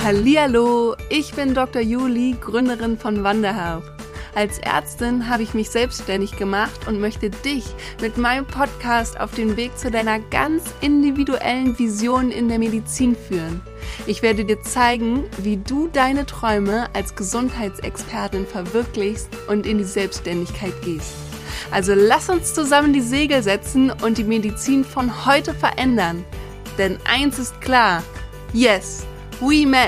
Hallihallo, ich bin Dr. Juli, Gründerin von Wanderhealth. Als Ärztin habe ich mich selbstständig gemacht und möchte dich mit meinem Podcast auf den Weg zu deiner ganz individuellen Vision in der Medizin führen. Ich werde dir zeigen, wie du deine Träume als Gesundheitsexpertin verwirklichst und in die Selbstständigkeit gehst. Also lass uns zusammen die Segel setzen und die Medizin von heute verändern. Denn eins ist klar, yes, we met!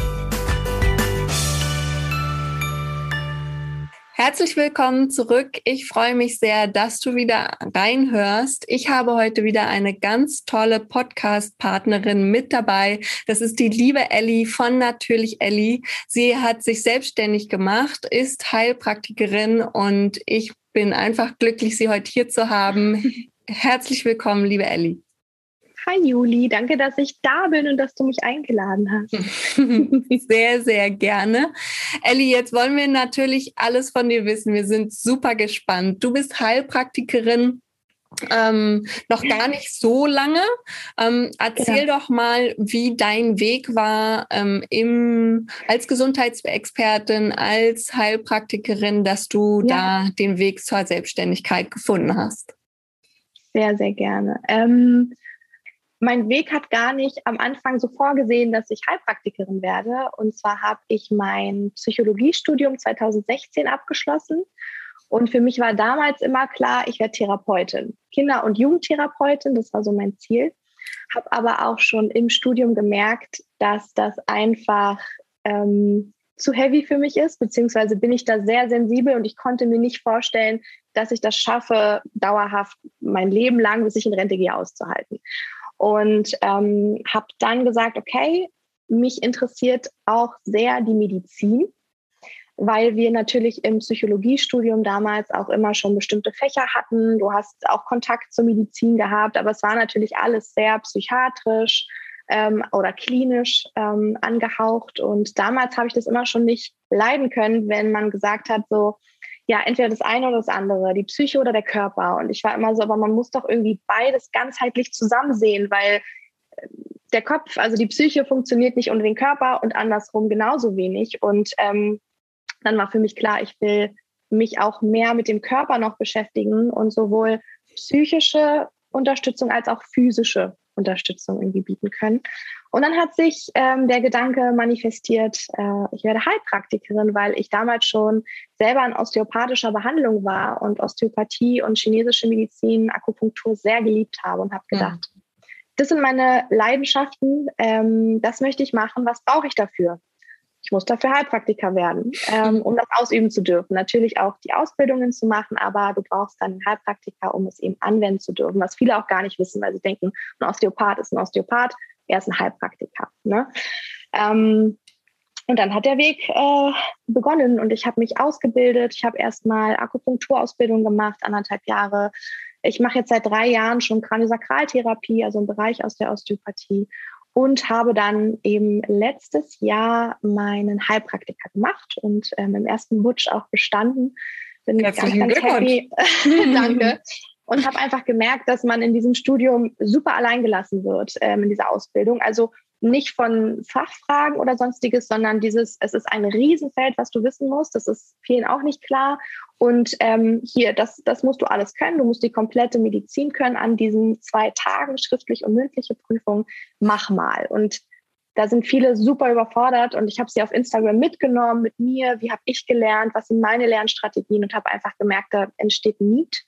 Herzlich willkommen zurück. Ich freue mich sehr, dass du wieder reinhörst. Ich habe heute wieder eine ganz tolle Podcast-Partnerin mit dabei. Das ist die liebe Elli von Natürlich Elli. Sie hat sich selbstständig gemacht, ist Heilpraktikerin und ich bin einfach glücklich, sie heute hier zu haben. Herzlich willkommen, liebe Elli. Hi Juli, danke, dass ich da bin und dass du mich eingeladen hast. Sehr, sehr gerne. Elli, jetzt wollen wir natürlich alles von dir wissen. Wir sind super gespannt. Du bist Heilpraktikerin, noch gar nicht so lange. Erzähl doch mal, wie dein Weg war als Gesundheitsexpertin, als Heilpraktikerin, dass du da den Weg zur Selbstständigkeit gefunden hast. Sehr, sehr gerne. Mein Weg hat gar nicht am Anfang so vorgesehen, dass ich Heilpraktikerin werde. Und zwar habe ich mein Psychologiestudium 2016 abgeschlossen. Und für mich war damals immer klar, ich werde Therapeutin, Kinder- und Jugendtherapeutin, das war so mein Ziel. Habe aber auch schon im Studium gemerkt, dass das einfach zu heavy für mich ist, beziehungsweise bin ich da sehr sensibel und ich konnte mir nicht vorstellen, dass ich das schaffe, dauerhaft mein Leben lang, bis ich in Rente gehe, auszuhalten. Und habe dann gesagt, okay, mich interessiert auch sehr die Medizin, weil wir natürlich im Psychologiestudium damals auch immer schon bestimmte Fächer hatten. Du hast auch Kontakt zur Medizin gehabt, aber es war natürlich alles sehr psychiatrisch oder klinisch angehaucht. Und damals habe ich das immer schon nicht leiden können, wenn man gesagt hat, so, ja, entweder das eine oder das andere, die Psyche oder der Körper. Und ich war immer so, aber man muss doch irgendwie beides ganzheitlich zusammen sehen, weil der Kopf, also die Psyche funktioniert nicht ohne den Körper und andersrum genauso wenig. Und dann war für mich klar, ich will mich auch mehr mit dem Körper noch beschäftigen und sowohl psychische Unterstützung als auch physische Unterstützung irgendwie bieten können. Und dann hat sich der Gedanke manifestiert, ich werde Heilpraktikerin, weil ich damals schon selber in osteopathischer Behandlung war und Osteopathie und chinesische Medizin, Akupunktur sehr geliebt habe und habe gedacht, das sind meine Leidenschaften, das möchte ich machen, was brauche ich dafür? Ich muss dafür Heilpraktiker werden, um das ausüben zu dürfen. Natürlich auch die Ausbildungen zu machen, aber du brauchst dann einen Heilpraktiker, um es eben anwenden zu dürfen, was viele auch gar nicht wissen, weil sie denken, ein Osteopath ist ein Osteopath, er ist ein Heilpraktiker. Ne? Und dann hat der Weg begonnen und ich habe mich ausgebildet. Ich habe erstmal Akupunkturausbildung gemacht, 1,5 Jahre. Ich mache jetzt seit 3 Jahren schon Kraniosakraltherapie, also einen Bereich aus der Osteopathie. Und habe dann eben letztes Jahr meinen Heilpraktiker gemacht und im ersten Rutsch auch bestanden. Bin ganz, ganz happy. Danke. Und habe einfach gemerkt, dass man in diesem Studium super alleingelassen wird in dieser Ausbildung. Also nicht von Fachfragen oder Sonstiges, sondern es ist ein Riesenfeld, was du wissen musst. Das ist vielen auch nicht klar. Und das musst du alles können. Du musst die komplette Medizin können an diesen 2 Tagen, schriftlich und mündliche Prüfung. Mach mal. Und da sind viele super überfordert und ich habe sie auf Instagram mitgenommen mit mir. Wie habe ich gelernt? Was sind meine Lernstrategien? Und habe einfach gemerkt, da entsteht Need.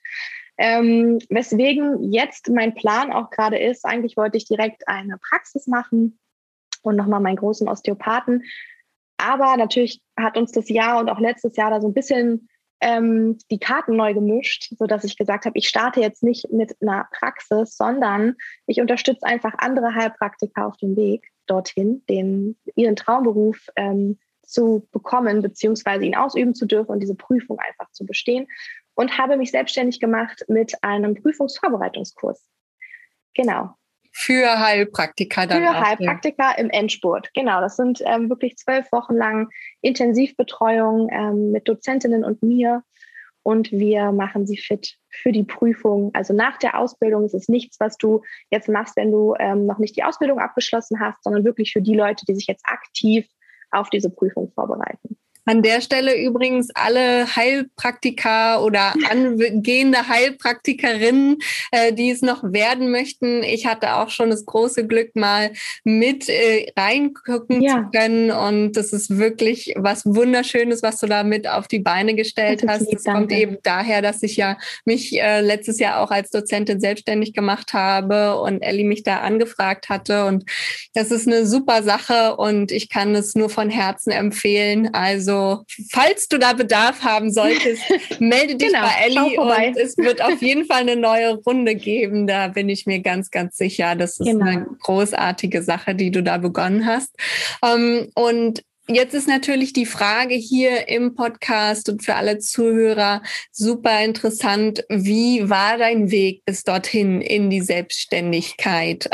Weswegen jetzt mein Plan auch gerade ist, eigentlich wollte ich direkt eine Praxis machen und nochmal meinen großen Osteopathen. Aber natürlich hat uns das Jahr und auch letztes Jahr da so ein bisschen die Karten neu gemischt, sodass ich gesagt habe, ich starte jetzt nicht mit einer Praxis, sondern ich unterstütze einfach andere Heilpraktiker auf dem Weg dorthin, ihren Traumberuf zu bekommen, beziehungsweise ihn ausüben zu dürfen und diese Prüfung einfach zu bestehen. Und habe mich selbstständig gemacht mit einem Prüfungsvorbereitungskurs. Genau. Für Heilpraktiker dann Für Heilpraktiker im Endspurt. Genau, das sind wirklich 12 Wochen lang Intensivbetreuung mit Dozentinnen und mir. und wir machen sie fit für die Prüfung. Also nach der Ausbildung ist es nichts, was du jetzt machst, wenn du noch nicht die Ausbildung abgeschlossen hast, sondern wirklich für die Leute, die sich jetzt aktiv auf diese Prüfung vorbereiten. An der Stelle übrigens alle Heilpraktiker oder angehende Heilpraktikerinnen, die es noch werden möchten. Ich hatte auch schon das große Glück, mal mit reingucken zu können. Und das ist wirklich was Wunderschönes, was du da mit auf die Beine gestellt hast. Das kommt eben daher, dass ich ja mich letztes Jahr auch als Dozentin selbstständig gemacht habe und Elli mich da angefragt hatte. Und das ist eine super Sache und ich kann es nur von Herzen empfehlen. Also falls du da Bedarf haben solltest, melde dich bei Elli und es wird auf jeden Fall eine neue Runde geben. Da bin ich mir ganz, ganz sicher. Das ist eine großartige Sache, die du da begonnen hast. Und jetzt ist natürlich die Frage hier im Podcast und für alle Zuhörer super interessant. Wie war dein Weg bis dorthin in die Selbstständigkeit?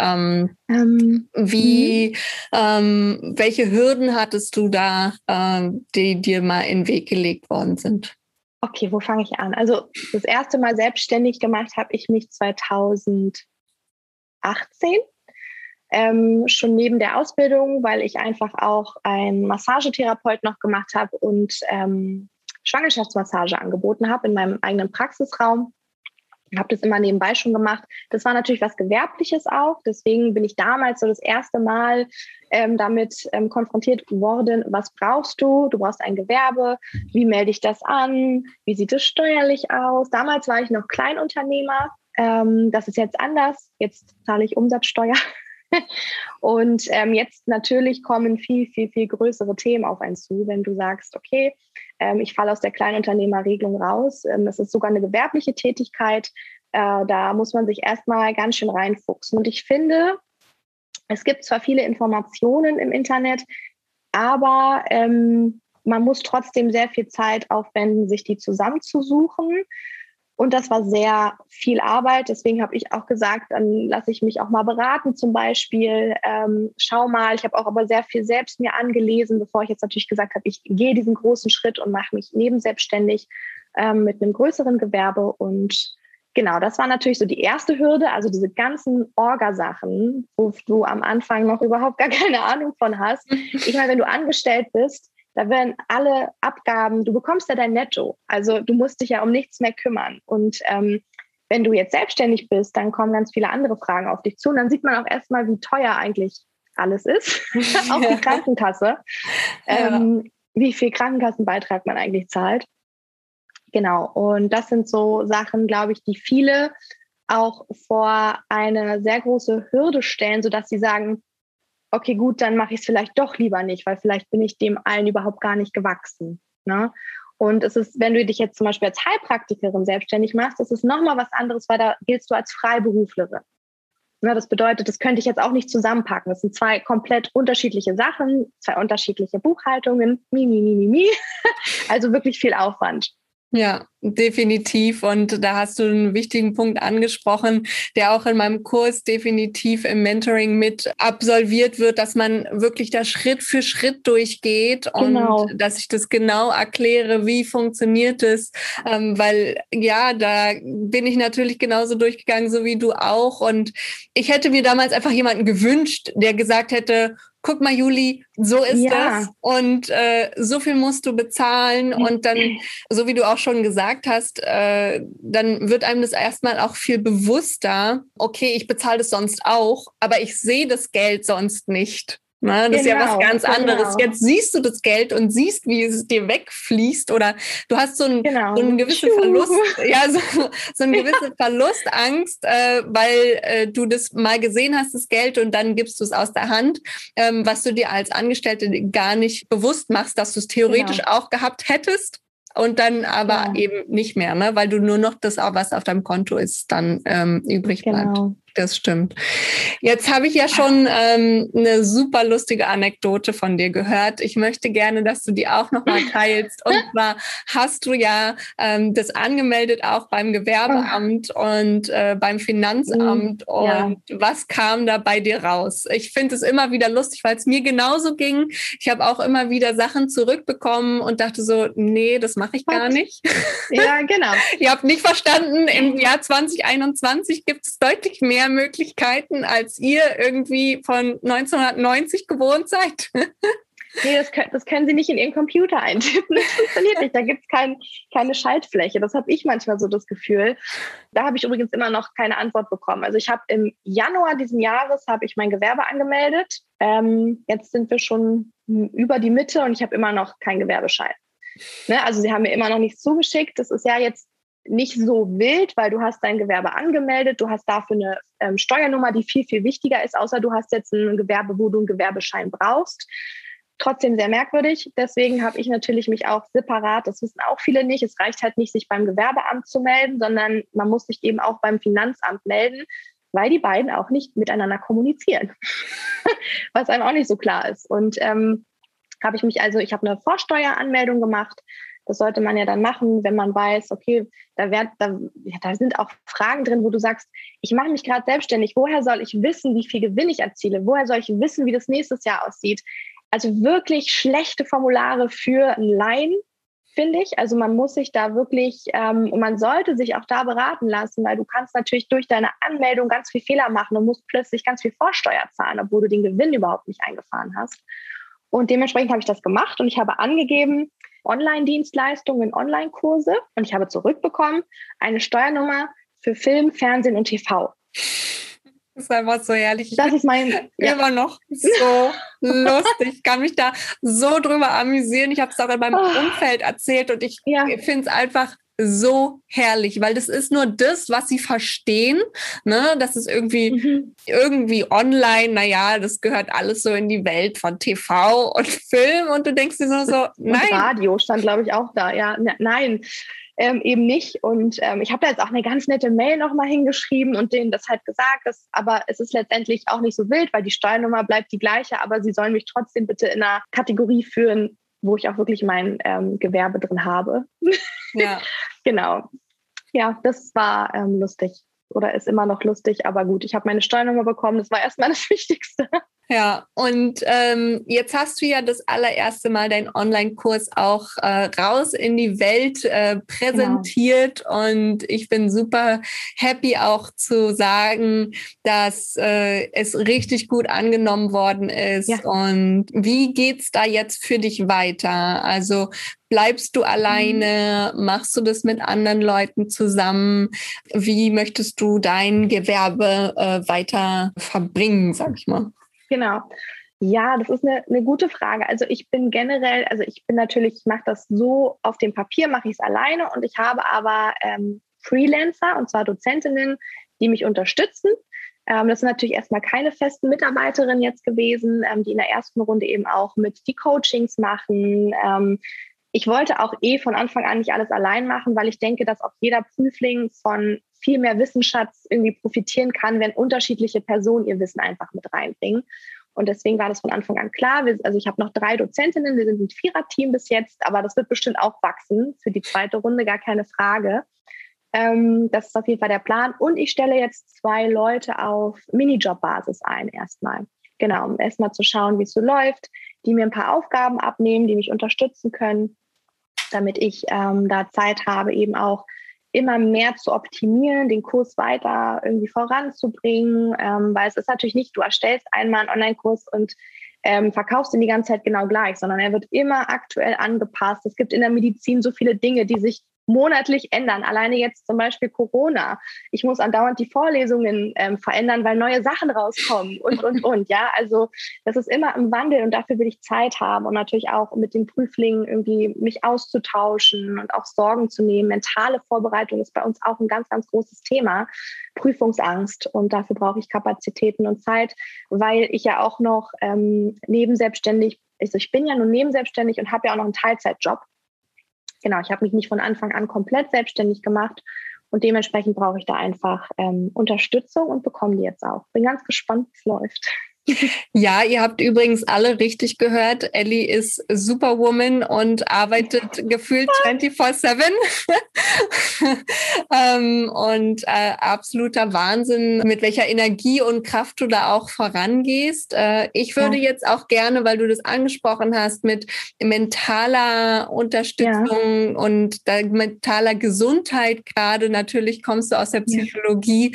Welche Hürden hattest du da, die dir mal in den Weg gelegt worden sind? Okay, wo fange ich an? Also das erste Mal selbstständig gemacht habe ich mich 2018. Schon neben der Ausbildung, weil ich einfach auch einen Massagetherapeut noch gemacht habe und Schwangerschaftsmassage angeboten habe in meinem eigenen Praxisraum. Ich habe das immer nebenbei schon gemacht. Das war natürlich was Gewerbliches auch. Deswegen bin ich damals so das erste Mal damit konfrontiert worden. Was brauchst du? Du brauchst ein Gewerbe. Wie melde ich das an? Wie sieht es steuerlich aus? Damals war ich noch Kleinunternehmer. Das ist jetzt anders. Jetzt zahle ich Umsatzsteuer. Und jetzt natürlich kommen viel, viel, viel größere Themen auf einen zu, wenn du sagst, okay, ich falle aus der Kleinunternehmerregelung raus. Das ist sogar eine gewerbliche Tätigkeit. Da muss man sich erstmal ganz schön reinfuchsen. Und ich finde, es gibt zwar viele Informationen im Internet, aber man muss trotzdem sehr viel Zeit aufwenden, sich die zusammenzusuchen. Und das war sehr viel Arbeit. Deswegen habe ich auch gesagt, dann lasse ich mich auch mal beraten zum Beispiel. Schau mal, ich habe auch aber sehr viel selbst mir angelesen, bevor ich jetzt natürlich gesagt habe, ich gehe diesen großen Schritt und mache mich nebenselbstständig mit einem größeren Gewerbe. Und genau, das war natürlich so die erste Hürde. Also diese ganzen Orgasachen, wo du am Anfang noch überhaupt gar keine Ahnung von hast. Ich meine, wenn du angestellt bist, da werden alle Abgaben, du bekommst ja dein Netto. Also du musst dich ja um nichts mehr kümmern. Und wenn du jetzt selbstständig bist, dann kommen ganz viele andere Fragen auf dich zu. Und dann sieht man auch erstmal, wie teuer eigentlich alles ist. Auch die Krankenkasse. Wie viel Krankenkassenbeitrag man eigentlich zahlt. Genau. Und das sind so Sachen, glaube ich, die viele auch vor eine sehr große Hürde stellen, sodass sie sagen, okay, gut, dann mache ich es vielleicht doch lieber nicht, weil vielleicht bin ich dem allen überhaupt gar nicht gewachsen. Ne? Und es ist, wenn du dich jetzt zum Beispiel als Heilpraktikerin selbstständig machst, das ist nochmal was anderes, weil da giltst du als Freiberuflerin. Ne, das bedeutet, das könnte ich jetzt auch nicht zusammenpacken. Das sind zwei komplett unterschiedliche Sachen, zwei unterschiedliche Buchhaltungen, also wirklich viel Aufwand. Ja, definitiv. Und da hast du einen wichtigen Punkt angesprochen, der auch in meinem Kurs definitiv im Mentoring mit absolviert wird, dass man wirklich da Schritt für Schritt durchgeht und dass ich das genau erkläre, wie funktioniert es. Weil ja, da bin ich natürlich genauso durchgegangen, so wie du auch. Und ich hätte mir damals einfach jemanden gewünscht, der gesagt hätte, guck mal, Juli, so ist das und so viel musst du bezahlen und dann, so wie du auch schon gesagt hast, dann wird einem das erstmal auch viel bewusster, okay, ich bezahle das sonst auch, aber ich sehe das Geld sonst nicht. Na, das ist ja was ganz anderes. Jetzt siehst du das Geld und siehst, wie es dir wegfließt oder du hast so einen gewissen Verlust, so eine gewisse Verlustangst, weil du das mal gesehen hast, das Geld, und dann gibst du es aus der Hand, was du dir als Angestellte gar nicht bewusst machst, dass du es theoretisch auch gehabt hättest. Und dann aber eben nicht mehr, ne? Weil du nur noch das, was auf deinem Konto ist, dann übrig bleibt. Genau. Das stimmt. Jetzt habe ich ja schon eine super lustige Anekdote von dir gehört. Ich möchte gerne, dass du die auch nochmal teilst. Und zwar hast du ja das angemeldet auch beim Gewerbeamt und beim Finanzamt. Und was kam da bei dir raus? Ich finde es immer wieder lustig, weil es mir genauso ging. Ich habe auch immer wieder Sachen zurückbekommen und dachte so, nee, das mache ich gar nicht. Ja, genau. Ihr habt nicht verstanden, im Jahr 2021 gibt es deutlich mehr Möglichkeiten, als ihr irgendwie von 1990 gewohnt seid. Nee, das können Sie nicht in Ihren Computer eintippen. Das funktioniert nicht. Da gibt es keine Schaltfläche. Das habe ich manchmal so das Gefühl. Da habe ich übrigens immer noch keine Antwort bekommen. Also ich habe im Januar diesen Jahres habe ich mein Gewerbe angemeldet. Jetzt sind wir schon über die Mitte und ich habe immer noch keinen Gewerbeschein. Ne? Also sie haben mir immer noch nichts zugeschickt. Das ist ja jetzt nicht so wild, weil du hast dein Gewerbe angemeldet, du hast dafür eine Steuernummer, die viel, viel wichtiger ist, außer du hast jetzt ein Gewerbe, wo du einen Gewerbeschein brauchst. Trotzdem sehr merkwürdig. Deswegen habe ich natürlich mich auch separat, das wissen auch viele nicht, es reicht halt nicht, sich beim Gewerbeamt zu melden, sondern man muss sich eben auch beim Finanzamt melden, weil die beiden auch nicht miteinander kommunizieren, was einem auch nicht so klar ist. Und ich habe eine Vorsteueranmeldung gemacht. Das sollte man ja dann machen, wenn man weiß, okay, da sind auch Fragen drin, wo du sagst, ich mache mich gerade selbstständig. Woher soll ich wissen, wie viel Gewinn ich erziele? Woher soll ich wissen, wie das nächstes Jahr aussieht? Also wirklich schlechte Formulare für einen Laien, finde ich. Also man muss sich da wirklich, und man sollte sich auch da beraten lassen, weil du kannst natürlich durch deine Anmeldung ganz viel Fehler machen und musst plötzlich ganz viel Vorsteuer zahlen, obwohl du den Gewinn überhaupt nicht eingefahren hast. Und dementsprechend habe ich das gemacht und ich habe angegeben, Online-Dienstleistungen, Online-Kurse, und ich habe zurückbekommen eine Steuernummer für Film, Fernsehen und TV. Das ist einfach so herrlich. Das ist immer noch so lustig. Ich kann mich da so drüber amüsieren. Ich habe es auch in meinem Umfeld erzählt und ich finde es einfach so herrlich, weil das ist nur das, was sie verstehen. Ne? Das ist irgendwie online, naja, das gehört alles so in die Welt von TV und Film und du denkst dir so, nein. Und Radio stand, glaube ich, auch da. Ja, nein. Eben nicht. Und ich habe da jetzt auch eine ganz nette Mail nochmal hingeschrieben und denen das halt gesagt. Aber es ist letztendlich auch nicht so wild, weil die Steuernummer bleibt die gleiche, aber sie sollen mich trotzdem bitte in einer Kategorie führen, wo ich auch wirklich mein Gewerbe drin habe. Ja. Genau. Ja, das war lustig oder ist immer noch lustig, aber gut, ich habe meine Steuernummer bekommen, das war erstmal das Wichtigste. Ja, und jetzt hast du ja das allererste Mal deinen Online-Kurs auch raus in die Welt präsentiert. Genau. Und ich bin super happy auch zu sagen, dass es richtig gut angenommen worden ist. Ja. Und wie geht's da jetzt für dich weiter? Also bleibst du alleine? Machst du das mit anderen Leuten zusammen? Wie möchtest du dein Gewerbe weiter verbringen, sag ich mal? Genau. Ja, das ist eine gute Frage. Also ich mache das so, auf dem Papier mache ich es alleine und ich habe aber Freelancer, und zwar Dozentinnen, die mich unterstützen. Das sind natürlich erstmal keine festen Mitarbeiterinnen jetzt gewesen, die in der ersten Runde eben auch mit die Coachings machen. Ich wollte auch von Anfang an nicht alles allein machen, weil ich denke, dass auch jeder Prüfling von viel mehr Wissensschatz irgendwie profitieren kann, wenn unterschiedliche Personen ihr Wissen einfach mit reinbringen. Und deswegen war das von Anfang an klar. Also ich habe noch 3 Dozentinnen, wir sind ein 4er-Team bis jetzt, aber das wird bestimmt auch wachsen für die zweite Runde, gar keine Frage. Das ist auf jeden Fall der Plan. Und ich stelle jetzt 2 Leute auf Minijob-Basis ein erstmal. Genau, um erstmal zu schauen, wie es so läuft, die mir ein paar Aufgaben abnehmen, die mich unterstützen können, damit ich da Zeit habe, eben auch immer mehr zu optimieren, den Kurs weiter irgendwie voranzubringen, weil es ist natürlich nicht, du erstellst einmal einen Online-Kurs und verkaufst ihn die ganze Zeit genau gleich, sondern er wird immer aktuell angepasst. Es gibt in der Medizin so viele Dinge, die sich monatlich ändern. Alleine jetzt zum Beispiel Corona. Ich muss andauernd die Vorlesungen verändern, weil neue Sachen rauskommen und. Ja, also das ist immer im Wandel und dafür will ich Zeit haben und natürlich auch mit den Prüflingen irgendwie mich auszutauschen und auch Sorgen zu nehmen. Mentale Vorbereitung ist bei uns auch ein ganz, ganz großes Thema. Prüfungsangst, und dafür brauche ich Kapazitäten und Zeit, weil ich ja auch noch nebenselbstständig, also ich bin ja nur nebenselbstständig und habe ja auch noch einen Teilzeitjob. Genau, ich habe mich nicht von Anfang an komplett selbstständig gemacht Und dementsprechend brauche ich da einfach Unterstützung und bekomme die jetzt auch. Bin ganz gespannt, wie es läuft. Ja, ihr habt übrigens alle richtig gehört. Elli ist Superwoman und arbeitet gefühlt 24/7. Absoluter Wahnsinn, mit welcher Energie und Kraft du da auch vorangehst. Ich würde jetzt auch gerne, weil du das angesprochen hast, mit mentaler Unterstützung und mentaler Gesundheit gerade, natürlich kommst du aus der Psychologie.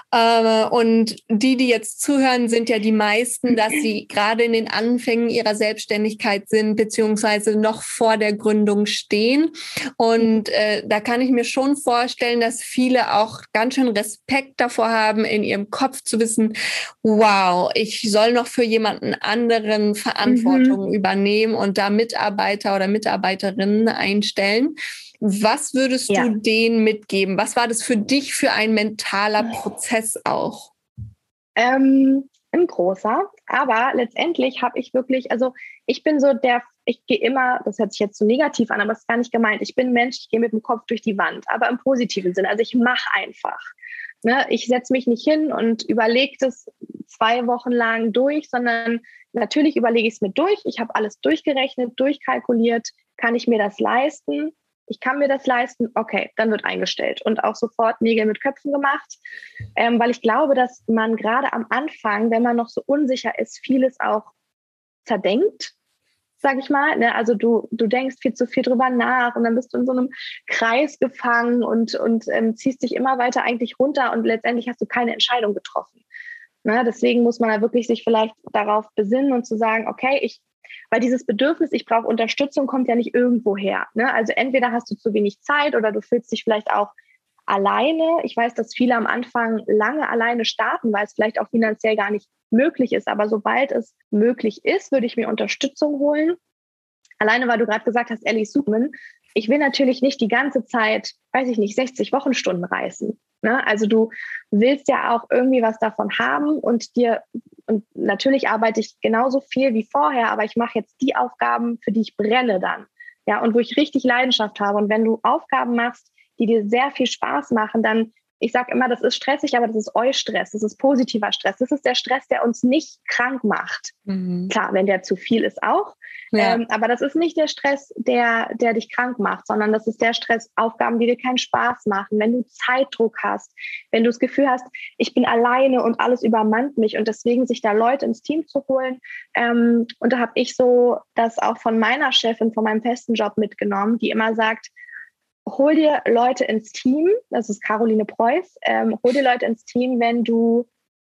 Und die jetzt zuhören, sind ja die meisten, dass sie gerade in den Anfängen ihrer Selbstständigkeit sind, beziehungsweise noch vor der Gründung stehen. Und da kann ich mir schon vorstellen, dass viele auch ganz schön Respekt davor haben, in ihrem Kopf zu wissen, wow, ich soll noch für jemanden anderen Verantwortung übernehmen und da Mitarbeiter oder Mitarbeiterinnen einstellen. Was würdest du denen mitgeben? Was war das für dich für ein mentaler Prozess auch? Ein großer, aber letztendlich habe ich wirklich, also ich bin so ich gehe immer, das hört sich jetzt so negativ an, aber das ist gar nicht gemeint. Ich bin ein Mensch, ich gehe mit dem Kopf durch die Wand, aber im positiven Sinne. Also ich mache einfach. Ne? Ich setze mich nicht hin und überlege das 2 Wochen lang durch, sondern natürlich überlege ich es mir durch. Ich habe alles durchgerechnet, durchkalkuliert. Kann ich mir das leisten? Ich kann mir das leisten, okay, dann wird eingestellt und auch sofort Nägel mit Köpfen gemacht, weil ich glaube, dass man gerade am Anfang, wenn man noch so unsicher ist, vieles auch zerdenkt, sag ich mal. Ne? Also du denkst viel zu viel drüber nach und dann bist du in so einem Kreis gefangen und ziehst dich immer weiter eigentlich runter und letztendlich hast du keine Entscheidung getroffen. Ne? Deswegen muss man da wirklich sich vielleicht darauf besinnen und zu sagen, okay, weil dieses Bedürfnis, ich brauche Unterstützung, kommt ja nicht irgendwo her. Ne? Also entweder hast du zu wenig Zeit oder du fühlst dich vielleicht auch alleine. Ich weiß, dass viele am Anfang lange alleine starten, weil es vielleicht auch finanziell gar nicht möglich ist. Aber sobald es möglich ist, würde ich mir Unterstützung holen. Alleine, weil du gerade gesagt hast, Elli Superwoman, ich will natürlich nicht die ganze Zeit, weiß ich nicht, 60 Wochenstunden reißen. Ne? Also du willst ja auch irgendwie was davon haben und natürlich arbeite ich genauso viel wie vorher, aber ich mache jetzt die Aufgaben, für die ich brenne dann. Ja, und wo ich richtig Leidenschaft habe. Und wenn du Aufgaben machst, die dir sehr viel Spaß machen, dann, ich sage immer, das ist stressig, aber das ist Eustress, das ist positiver Stress. Das ist der Stress, der uns nicht krank macht. Klar, wenn der zu viel ist auch. Ja. Aber das ist nicht der Stress, der dich krank macht, sondern das ist der Stress, Aufgaben, die dir keinen Spaß machen, wenn du Zeitdruck hast, wenn du das Gefühl hast, ich bin alleine und alles übermannt mich und deswegen sich da Leute ins Team zu holen. Und da habe ich so das auch von meiner Chefin, von meinem festen Job mitgenommen, die immer sagt, hol dir Leute ins Team, das ist Caroline Preuß, hol dir Leute ins Team, wenn du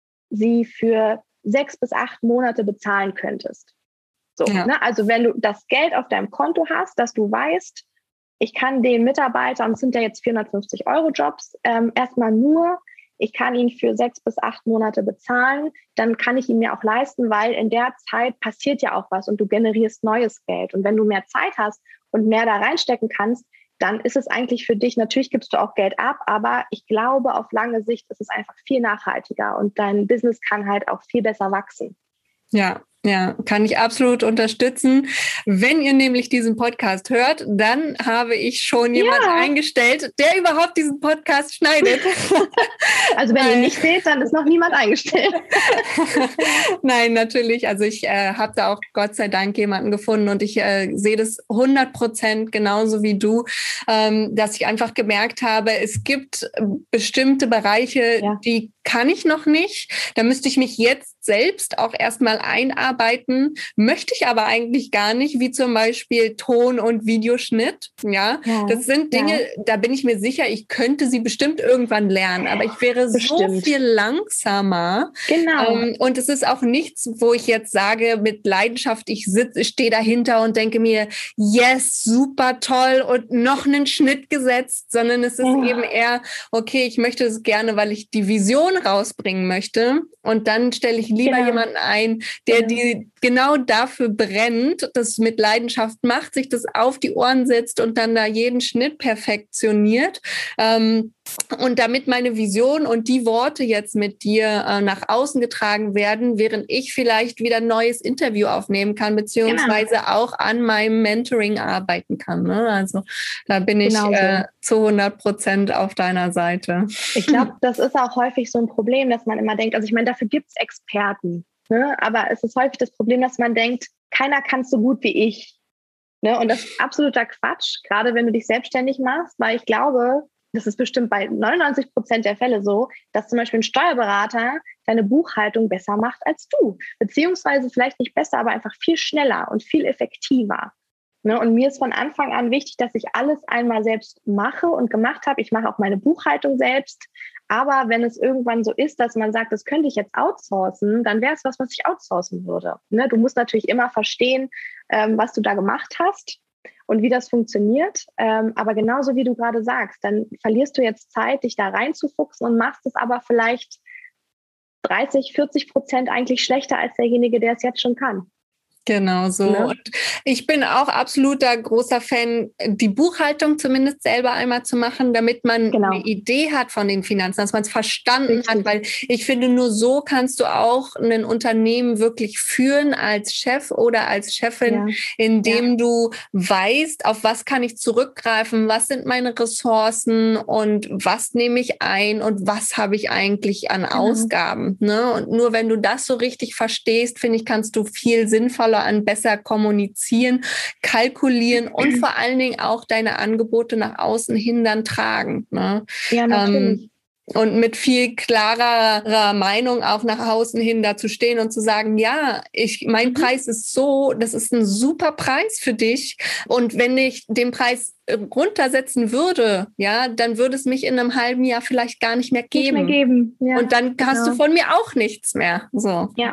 sie für 6 bis 8 Monate bezahlen könntest. So, ne? Also wenn du das Geld auf deinem Konto hast, dass du weißt, ich kann den Mitarbeitern, es sind ja jetzt 450 € Jobs, erstmal nur, ich kann ihn für 6 bis 8 Monate bezahlen, dann kann ich ihn mir auch leisten, weil in der Zeit passiert ja auch was und du generierst neues Geld. Und wenn du mehr Zeit hast und mehr da reinstecken kannst, dann ist es eigentlich für dich, natürlich gibst du auch Geld ab, aber ich glaube, auf lange Sicht ist es einfach viel nachhaltiger und dein Business kann halt auch viel besser wachsen. Ja, kann ich absolut unterstützen. Wenn ihr nämlich diesen Podcast hört, dann habe ich schon jemanden eingestellt, der überhaupt diesen Podcast schneidet. Also wenn ihr nicht seht, dann ist noch niemand eingestellt. Nein, natürlich. Also ich habe da auch Gott sei Dank jemanden gefunden und ich sehe das 100% genauso wie du, dass ich einfach gemerkt habe, es gibt bestimmte Bereiche, die kann ich noch nicht. Da müsste ich mich jetzt selbst auch erstmal einarbeiten, möchte ich aber eigentlich gar nicht, wie zum Beispiel Ton- und Videoschnitt. Ja, das sind Dinge, da bin ich mir sicher, ich könnte sie bestimmt irgendwann lernen, aber ich wäre so viel langsamer. Genau. Und es ist auch nichts, wo ich jetzt sage, mit Leidenschaft, ich stehe dahinter und denke mir, yes, super toll und noch einen Schnitt gesetzt, sondern es ist eben eher, okay, ich möchte es gerne, weil ich die Vision rausbringen möchte und dann stelle ich lieber jemanden ein, der die genau dafür brennt, das mit Leidenschaft macht, sich das auf die Ohren setzt und dann da jeden Schnitt perfektioniert. Und damit meine Vision und die Worte jetzt mit dir nach außen getragen werden, während ich vielleicht wieder ein neues Interview aufnehmen kann, beziehungsweise auch an meinem Mentoring arbeiten kann. Ne? Also da bin ich zu 100% auf deiner Seite. Ich glaube, das ist auch häufig so ein Problem, dass man immer denkt, also ich meine, dafür gibt es Experten, ne? Aber es ist häufig das Problem, dass man denkt, keiner kann es so gut wie ich. Ne? Und das ist absoluter Quatsch, gerade wenn du dich selbstständig machst, weil ich glaube, das ist bestimmt bei 99% der Fälle so, dass zum Beispiel ein Steuerberater deine Buchhaltung besser macht als du. Beziehungsweise vielleicht nicht besser, aber einfach viel schneller und viel effektiver. Ne? Und mir ist von Anfang an wichtig, dass ich alles einmal selbst mache und gemacht habe. Ich mache auch meine Buchhaltung selbst. Aber wenn es irgendwann so ist, dass man sagt, das könnte ich jetzt outsourcen, dann wäre es was ich outsourcen würde. Ne? Du musst natürlich immer verstehen, was du da gemacht hast und wie das funktioniert. Aber genauso wie du gerade sagst, dann verlierst du jetzt Zeit, dich da reinzufuchsen und machst es aber vielleicht 30-40% eigentlich schlechter als derjenige, der es jetzt schon kann. Genau so. Ne? Und ich bin auch absoluter großer Fan, die Buchhaltung zumindest selber einmal zu machen, damit man eine Idee hat von den Finanzen, dass man es verstanden hat, weil ich finde, nur so kannst du auch ein Unternehmen wirklich führen als Chef oder als Chefin, indem du weißt, auf was kann ich zurückgreifen, was sind meine Ressourcen und was nehme ich ein und was habe ich eigentlich an Ausgaben. Ne? Und nur wenn du das so richtig verstehst, finde ich, kannst du viel sinnvoller an besser kommunizieren, kalkulieren und vor allen Dingen auch deine Angebote nach außen hin dann tragen. Ne? Ja, natürlich. Und mit viel klarerer Meinung auch nach außen hin dazu stehen und zu sagen, ja, mein Preis ist so, das ist ein super Preis für dich. Und wenn ich den Preis runtersetzen würde, ja, dann würde es mich in einem halben Jahr vielleicht gar nicht mehr geben. Ja, und dann hast du von mir auch nichts mehr. So. Ja,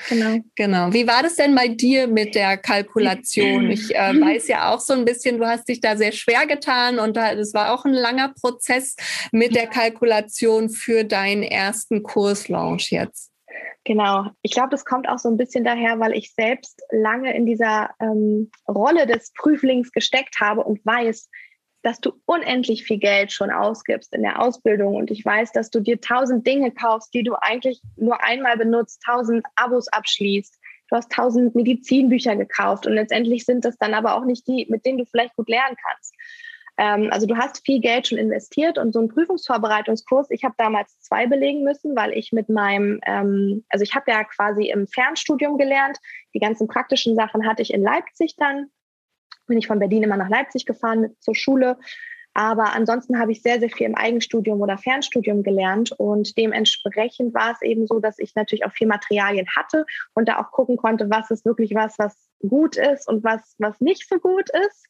genau. Wie war das denn bei dir mit der Kalkulation? Ich weiß ja auch so ein bisschen, du hast dich da sehr schwer getan und das war auch ein langer Prozess mit der Kalkulation für deinen ersten Kurslaunch jetzt. Genau. Ich glaube, das kommt auch so ein bisschen daher, weil ich selbst lange in dieser Rolle des Prüflings gesteckt habe und weiß, dass du unendlich viel Geld schon ausgibst in der Ausbildung. Und ich weiß, dass du dir 1000 Dinge kaufst, die du eigentlich nur einmal benutzt, 1000 Abos abschließt. Du hast 1000 Medizinbücher gekauft und letztendlich sind das dann aber auch nicht die, mit denen du vielleicht gut lernen kannst. Also du hast viel Geld schon investiert und so ein Prüfungsvorbereitungskurs, ich habe damals 2 belegen müssen, weil ich mit meinem, also ich habe ja quasi im Fernstudium gelernt, die ganzen praktischen Sachen hatte ich in Leipzig dann, bin ich von Berlin immer nach Leipzig gefahren zur Schule, aber ansonsten habe ich sehr, sehr viel im Eigenstudium oder Fernstudium gelernt und dementsprechend war es eben so, dass ich natürlich auch viel Materialien hatte und da auch gucken konnte, was ist wirklich was gut ist und was nicht so gut ist.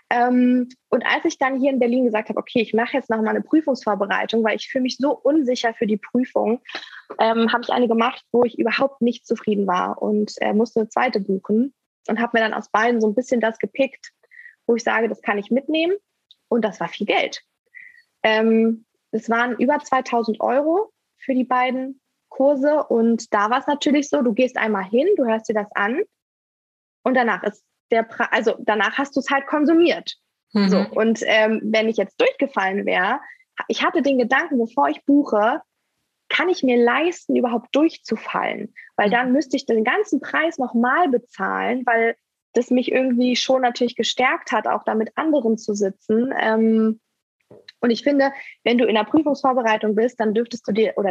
Und als ich dann hier in Berlin gesagt habe, okay, ich mache jetzt nochmal eine Prüfungsvorbereitung, weil ich fühle mich so unsicher für die Prüfung, habe ich eine gemacht, wo ich überhaupt nicht zufrieden war und musste eine zweite buchen und habe mir dann aus beiden so ein bisschen das gepickt, wo ich sage, das kann ich mitnehmen. Und das war viel Geld. Es waren über 2000 € für die beiden Kurse. Und da war es natürlich so, du gehst einmal hin, du hörst dir das an und danach ist danach hast du es halt konsumiert. So. Und wenn ich jetzt durchgefallen wäre, ich hatte den Gedanken, bevor ich buche, kann ich mir leisten, überhaupt durchzufallen? Weil dann müsste ich den ganzen Preis nochmal bezahlen, weil das mich irgendwie schon natürlich gestärkt hat, auch da mit anderen zu sitzen. Und ich finde, wenn du in der Prüfungsvorbereitung bist, dann darfst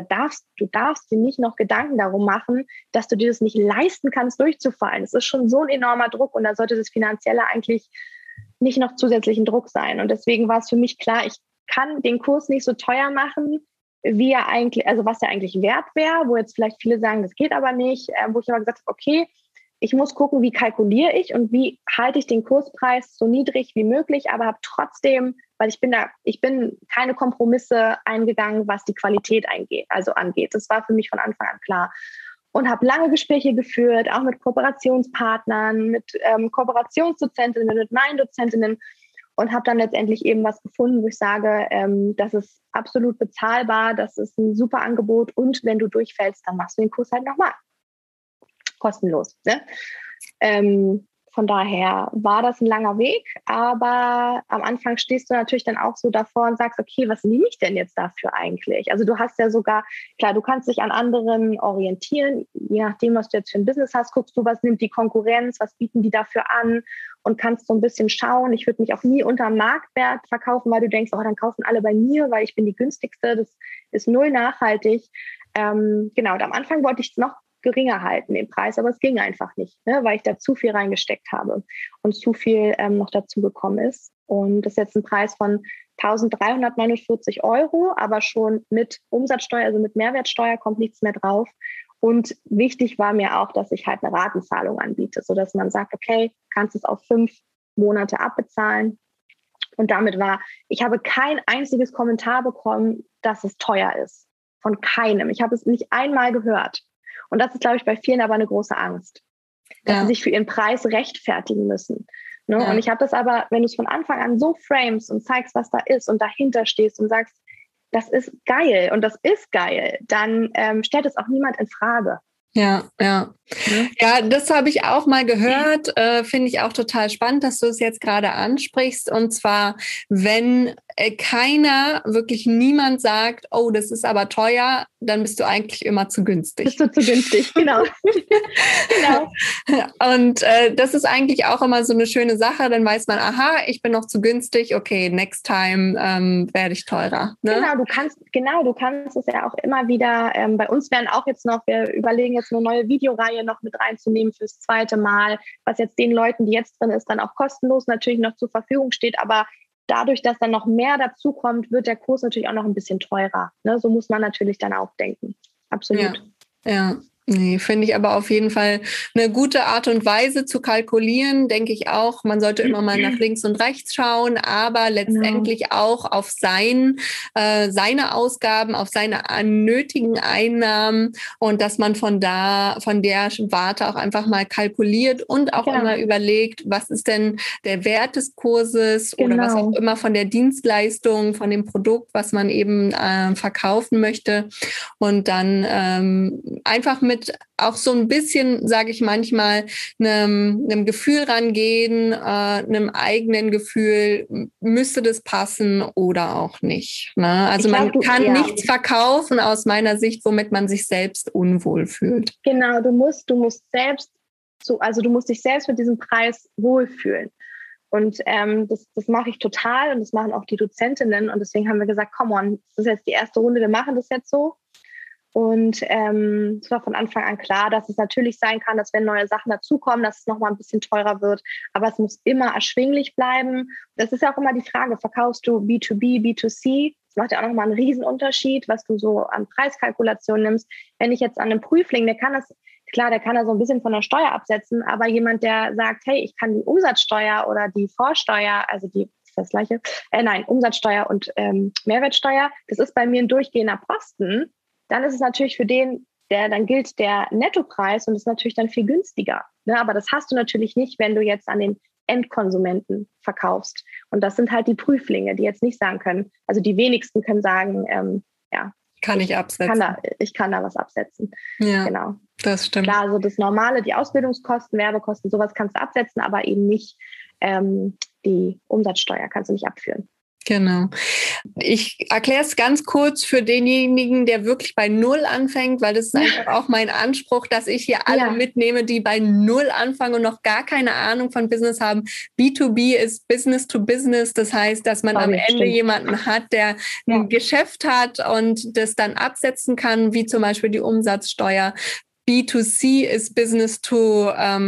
dir nicht noch Gedanken darum machen, dass du dir das nicht leisten kannst, durchzufallen. Es ist schon so ein enormer Druck und da sollte das Finanzielle eigentlich nicht noch zusätzlichen Druck sein. Und deswegen war es für mich klar, ich kann den Kurs nicht so teuer machen, wie er eigentlich, also was er eigentlich wert wäre, wo jetzt vielleicht viele sagen, das geht aber nicht, wo ich aber gesagt habe, okay, ich muss gucken, wie kalkuliere ich und wie halte ich den Kurspreis so niedrig wie möglich, aber habe trotzdem, weil ich bin keine Kompromisse eingegangen, was die Qualität angeht. Das war für mich von Anfang an klar. Und habe lange Gespräche geführt, auch mit Kooperationspartnern, mit Kooperationsdozentinnen, mit meinen Dozentinnen und habe dann letztendlich eben was gefunden, wo ich sage, das ist absolut bezahlbar, das ist ein super Angebot und wenn du durchfällst, dann machst du den Kurs halt nochmal. Kostenlos. Ne? von daher war das ein langer Weg, aber am Anfang stehst du natürlich dann auch so davor und sagst, okay, was nehme ich denn jetzt dafür eigentlich? Also du hast ja sogar, klar, du kannst dich an anderen orientieren, je nachdem, was du jetzt für ein Business hast, guckst du, was nimmt die Konkurrenz, was bieten die dafür an und kannst so ein bisschen schauen. Ich würde mich auch nie unter Marktwert verkaufen, weil du denkst, oh, dann kaufen alle bei mir, weil ich bin die günstigste. Das ist null nachhaltig. Genau, und am Anfang wollte ich es noch geringer halten, den Preis, aber es ging einfach nicht, ne, weil ich da zu viel reingesteckt habe und zu viel noch dazu gekommen ist. Und das ist jetzt ein Preis von 1.349 €, aber schon mit Umsatzsteuer, also mit Mehrwertsteuer kommt nichts mehr drauf. Und wichtig war mir auch, dass ich halt eine Ratenzahlung anbiete, sodass man sagt, okay, kannst es auf 5 Monate abbezahlen. Und damit ich habe kein einziges Kommentar bekommen, dass es teuer ist. Von keinem. Ich habe es nicht einmal gehört. Und das ist, glaube ich, bei vielen aber eine große Angst, dass sie sich für ihren Preis rechtfertigen müssen. Ne? Ja. Und ich habe das aber, wenn du es von Anfang an so framest und zeigst, was da ist und dahinter stehst und sagst, das ist geil und das ist geil, dann stellt es auch niemand in Frage. Ja. Ja, das habe ich auch mal gehört. Finde ich auch total spannend, dass du es jetzt gerade ansprichst. Und zwar, wenn wirklich niemand sagt, oh, das ist aber teuer, dann bist du eigentlich immer zu günstig. Bist du zu günstig, genau. Genau. Und das ist eigentlich auch immer so eine schöne Sache. Dann weiß man, aha, ich bin noch zu günstig. Okay, next time werde ich teurer. Ne? Du kannst es ja auch immer wieder, bei uns werden auch jetzt noch, wir überlegen jetzt eine neue Videoreihe noch mit reinzunehmen fürs zweite Mal, was jetzt den Leuten, die jetzt drin ist, dann auch kostenlos natürlich noch zur Verfügung steht, aber dadurch, dass dann noch mehr dazu kommt, wird der Kurs natürlich auch noch ein bisschen teurer. Ne? So muss man natürlich dann auch denken. Absolut. Ja. Nee, finde ich aber auf jeden Fall eine gute Art und Weise zu kalkulieren, denke ich auch. Man sollte immer mal nach links und rechts schauen, aber letztendlich auch auf seine Ausgaben, auf seine nötigen Einnahmen und dass man von der Warte auch einfach mal kalkuliert und auch immer überlegt, was ist denn der Wert des Kurses oder was auch immer von der Dienstleistung, von dem Produkt, was man eben verkaufen möchte und dann einfach mit auch so ein bisschen, sage ich manchmal, einem Gefühl rangehen, einem eigenen Gefühl, müsste das passen oder auch nicht. Ne? Also man kann nichts verkaufen aus meiner Sicht, womit man sich selbst unwohl fühlt. Genau, du musst dich selbst mit diesem Preis wohlfühlen. Und das mache ich total und das machen auch die Dozentinnen. Und deswegen haben wir gesagt, come on, das ist jetzt die erste Runde, wir machen das jetzt so. Und es war von Anfang an klar, dass es natürlich sein kann, dass wenn neue Sachen dazukommen, dass es nochmal ein bisschen teurer wird. Aber es muss immer erschwinglich bleiben. Das ist ja auch immer die Frage, verkaufst du B2B, B2C? Das macht ja auch nochmal einen Riesenunterschied, was du so an Preiskalkulation nimmst. Wenn ich jetzt an einem Prüfling, der kann da so ein bisschen von der Steuer absetzen, aber jemand, der sagt, hey, ich kann die Umsatzsteuer oder die Vorsteuer, also die ist das gleiche, Umsatzsteuer und Mehrwertsteuer, das ist bei mir ein durchgehender Posten, dann ist es natürlich für den, dann gilt der Nettopreis und ist natürlich dann viel günstiger. Ne? Aber das hast du natürlich nicht, wenn du jetzt an den Endkonsumenten verkaufst. Und das sind halt die Prüflinge, die jetzt nicht sagen können, also die wenigsten können sagen, kann ich absetzen. Ich kann da was absetzen. Ja, genau. Das stimmt. Klar, also das Normale, die Ausbildungskosten, Werbekosten, sowas kannst du absetzen, aber eben nicht die Umsatzsteuer kannst du nicht abführen. Genau. Ich erkläre es ganz kurz für denjenigen, der wirklich bei Null anfängt, weil das ist einfach auch mein Anspruch, dass ich hier alle mitnehme, die bei Null anfangen und noch gar keine Ahnung von Business haben. B2B ist Business to Business. Das heißt, dass man am Ende jemanden hat, der ein Geschäft hat und das dann absetzen kann, wie zum Beispiel die Umsatzsteuer. B2C ist Business to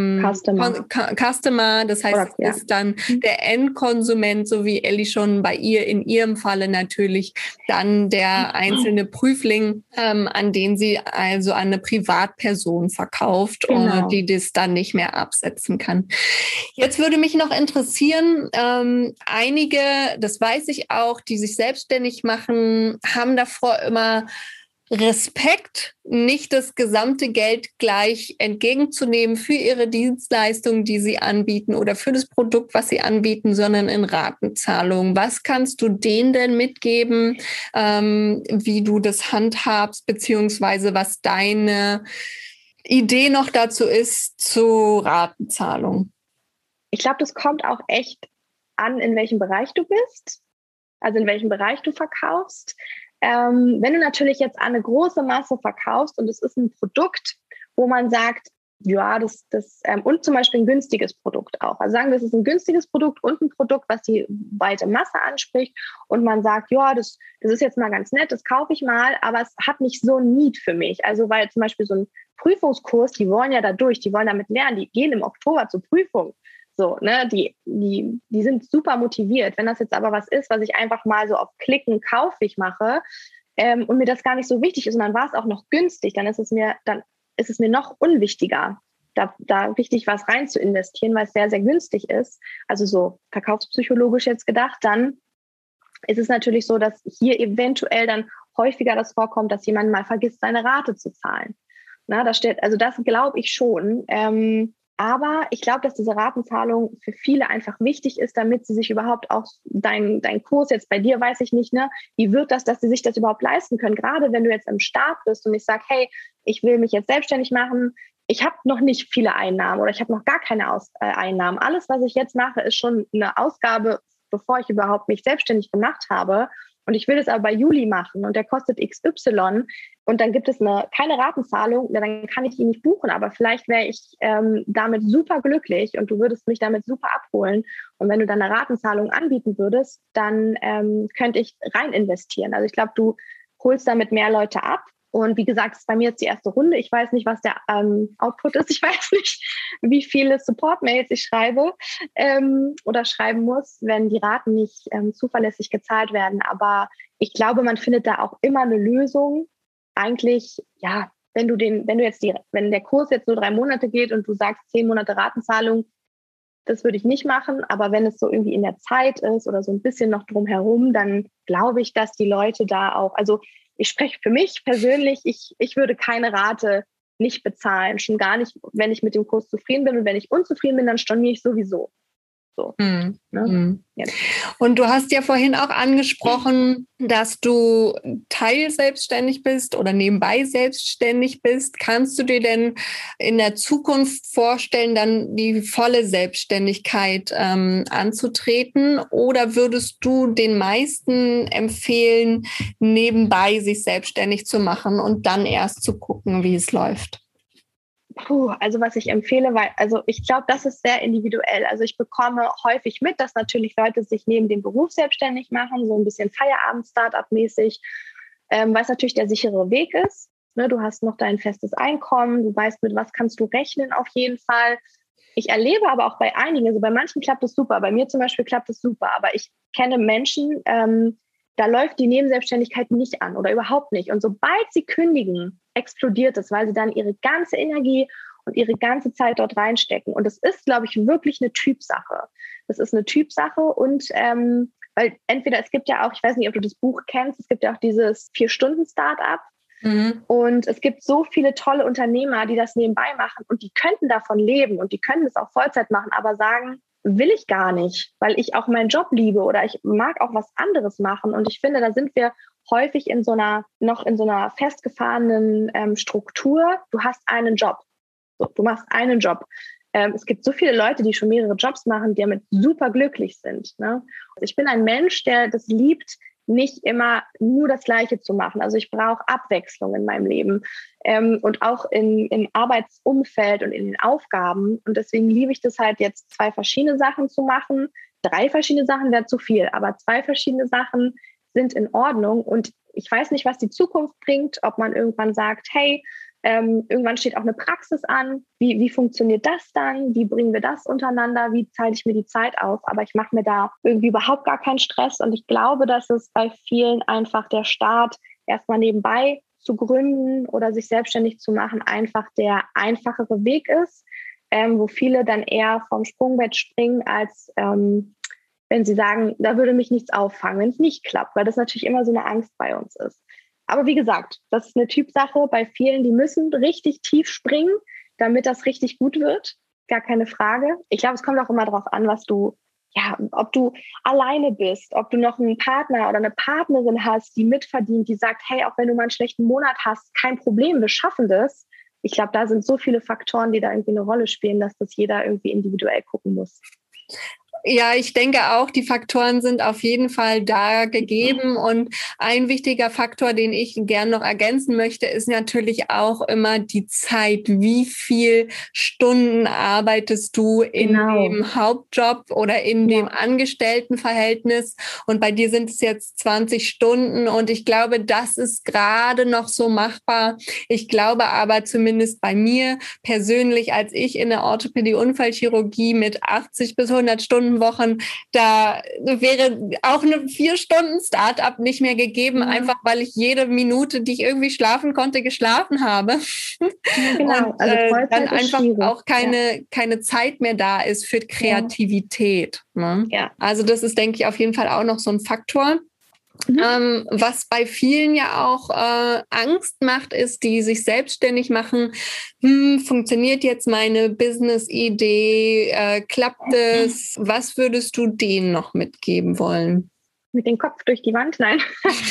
Customer, das heißt, es ist dann der Endkonsument, so wie Elli schon bei ihr in ihrem Falle natürlich dann der einzelne Prüfling, an den sie also an eine Privatperson verkauft und die das dann nicht mehr absetzen kann. Jetzt würde mich noch interessieren, einige, das weiß ich auch, die sich selbstständig machen, haben davor immer Respekt, nicht das gesamte Geld gleich entgegenzunehmen für ihre Dienstleistungen, die sie anbieten oder für das Produkt, was sie anbieten, sondern in Ratenzahlung. Was kannst du denen denn mitgeben, wie du das handhabst, beziehungsweise was deine Idee noch dazu ist zu Ratenzahlung? Ich glaube, das kommt auch echt an, in welchem Bereich du bist, also in welchem Bereich du verkaufst. Wenn du natürlich jetzt an eine große Masse verkaufst und es ist ein Produkt, wo man sagt, ja, und zum Beispiel ein günstiges Produkt auch. Also sagen wir, es ist ein günstiges Produkt und ein Produkt, was die breite Masse anspricht und man sagt, ja, das ist jetzt mal ganz nett, das kaufe ich mal, aber es hat nicht so ein Need für mich. Also weil zum Beispiel so ein Prüfungskurs, die wollen ja da durch, die wollen damit lernen, die gehen im Oktober zur Prüfung. So, ne, die sind super motiviert. Wenn das jetzt aber was ist, was ich einfach mal so auf Klicken kaufig mache und mir das gar nicht so wichtig ist und dann war es auch noch günstig, dann ist es mir noch unwichtiger, da richtig was rein zu investieren, weil es sehr, sehr günstig ist. Also so verkaufspsychologisch jetzt gedacht, dann ist es natürlich so, dass hier eventuell dann häufiger das vorkommt, dass jemand mal vergisst, seine Rate zu zahlen. Na, das glaube ich schon. Aber ich glaube, dass diese Ratenzahlung für viele einfach wichtig ist, damit sie sich überhaupt auch dein Kurs jetzt bei dir, weiß ich nicht, ne, wie wird das, dass sie sich das überhaupt leisten können? Gerade wenn du jetzt im Start bist und ich sage, hey, ich will mich jetzt selbstständig machen, ich habe noch nicht viele Einnahmen oder ich habe noch gar keine Einnahmen. Alles, was ich jetzt mache, ist schon eine Ausgabe, bevor ich überhaupt mich selbstständig gemacht habe. Und ich will das aber bei Juli machen und der kostet XY und dann gibt es keine Ratenzahlung, dann kann ich ihn nicht buchen, aber vielleicht wäre ich damit super glücklich und du würdest mich damit super abholen. Und wenn du dann eine Ratenzahlung anbieten würdest, dann könnte ich rein investieren. Also ich glaube, du holst damit mehr Leute ab. Und wie gesagt, es ist bei mir jetzt die erste Runde. Ich weiß nicht, was der Output ist. Ich weiß nicht, wie viele Support-Mails ich schreibe oder schreiben muss, wenn die Raten nicht zuverlässig gezahlt werden. Aber ich glaube, man findet da auch immer eine Lösung. Eigentlich, ja, wenn der Kurs jetzt nur 3 Monate geht und du sagst 10 Monate Ratenzahlung, das würde ich nicht machen. Aber wenn es so irgendwie in der Zeit ist oder so ein bisschen noch drumherum, dann glaube ich, dass die Leute da auch, also ich spreche für mich persönlich, ich würde keine Rate nicht bezahlen. Schon gar nicht, wenn ich mit dem Kurs zufrieden bin. Und wenn ich unzufrieden bin, dann storniere ich sowieso. So. Ne? Und du hast ja vorhin auch angesprochen, dass du teilselbstständig bist oder nebenbei selbstständig bist. Kannst du dir denn in der Zukunft vorstellen, dann die volle Selbstständigkeit anzutreten? Oder würdest du den meisten empfehlen, nebenbei sich selbstständig zu machen und dann erst zu gucken, wie es läuft? Also was ich empfehle, ich glaube, das ist sehr individuell. Also ich bekomme häufig mit, dass natürlich Leute sich neben dem Beruf selbstständig machen, so ein bisschen Feierabend-Startup-mäßig, weil es natürlich der sichere Weg ist. Ne, du hast noch dein festes Einkommen, du weißt, mit was kannst du rechnen auf jeden Fall. Ich erlebe aber auch bei einigen, also bei manchen klappt es super, bei mir zum Beispiel klappt es super, aber ich kenne Menschen, da läuft die Nebenselbstständigkeit nicht an oder überhaupt nicht. Und sobald sie kündigen, explodiert es, weil sie dann ihre ganze Energie und ihre ganze Zeit dort reinstecken. Und das ist, glaube ich, wirklich eine Typsache. Das ist eine Typsache und weil entweder es gibt ja auch, ich weiß nicht, ob du das Buch kennst, es gibt ja auch dieses 4-Stunden-Startup. Und es gibt so viele tolle Unternehmer, die das nebenbei machen und die könnten davon leben und die können das auch Vollzeit machen, aber sagen, will ich gar nicht, weil ich auch meinen Job liebe oder ich mag auch was anderes machen. Und ich finde, da sind wir häufig noch in so einer festgefahrenen Struktur. Du hast einen Job. So, du machst einen Job. Es gibt so viele Leute, die schon mehrere Jobs machen, die damit super glücklich sind. Ne? Ich bin ein Mensch, der das liebt, nicht immer nur das Gleiche zu machen. Also ich brauche Abwechslung in meinem Leben und auch im Arbeitsumfeld und in den Aufgaben. Und deswegen liebe ich das halt jetzt 2 verschiedene Sachen zu machen. 3 verschiedene Sachen wäre zu viel, aber 2 verschiedene Sachen sind in Ordnung. Und ich weiß nicht, was die Zukunft bringt, ob man irgendwann sagt, hey, irgendwann steht auch eine Praxis an. Wie funktioniert das dann? Wie bringen wir das untereinander? Wie teile ich mir die Zeit auf? Aber ich mache mir da irgendwie überhaupt gar keinen Stress. Und ich glaube, dass es bei vielen einfach der Start erstmal nebenbei zu gründen oder sich selbstständig zu machen einfach der einfachere Weg ist, wo viele dann eher vom Sprungbrett springen, als wenn sie sagen, da würde mich nichts auffangen, wenn es nicht klappt, weil das natürlich immer so eine Angst bei uns ist. Aber wie gesagt, das ist eine Typsache bei vielen, die müssen richtig tief springen, damit das richtig gut wird. Gar keine Frage. Ich glaube, es kommt auch immer darauf an, ob du alleine bist, ob du noch einen Partner oder eine Partnerin hast, die mitverdient, die sagt, hey, auch wenn du mal einen schlechten Monat hast, kein Problem, wir schaffen das. Ich glaube, da sind so viele Faktoren, die da irgendwie eine Rolle spielen, dass das jeder irgendwie individuell gucken muss. Ja, ich denke auch, die Faktoren sind auf jeden Fall da gegeben. Und ein wichtiger Faktor, den ich gern noch ergänzen möchte, ist natürlich auch immer die Zeit. Wie viel Stunden arbeitest du in dem Hauptjob oder in dem Angestelltenverhältnis? Und bei dir sind es jetzt 20 Stunden. Und ich glaube, das ist gerade noch so machbar. Ich glaube aber zumindest bei mir persönlich, als ich in der Orthopädie-Unfallchirurgie mit 80 bis 100 Stunden Wochen, da wäre auch eine 4-Stunden-Startup nicht mehr gegeben, einfach weil ich jede Minute, die ich irgendwie schlafen konnte, geschlafen habe. Genau. Und also dann einfach auch keine Zeit mehr da ist für Kreativität. Ne? Ja. Also das ist, denke ich, auf jeden Fall auch noch so ein Faktor. Was bei vielen ja auch Angst macht, ist, die sich selbstständig machen. Funktioniert jetzt meine Business-Idee? Klappt es? Was würdest du denen noch mitgeben wollen? Mit dem Kopf durch die Wand? Nein.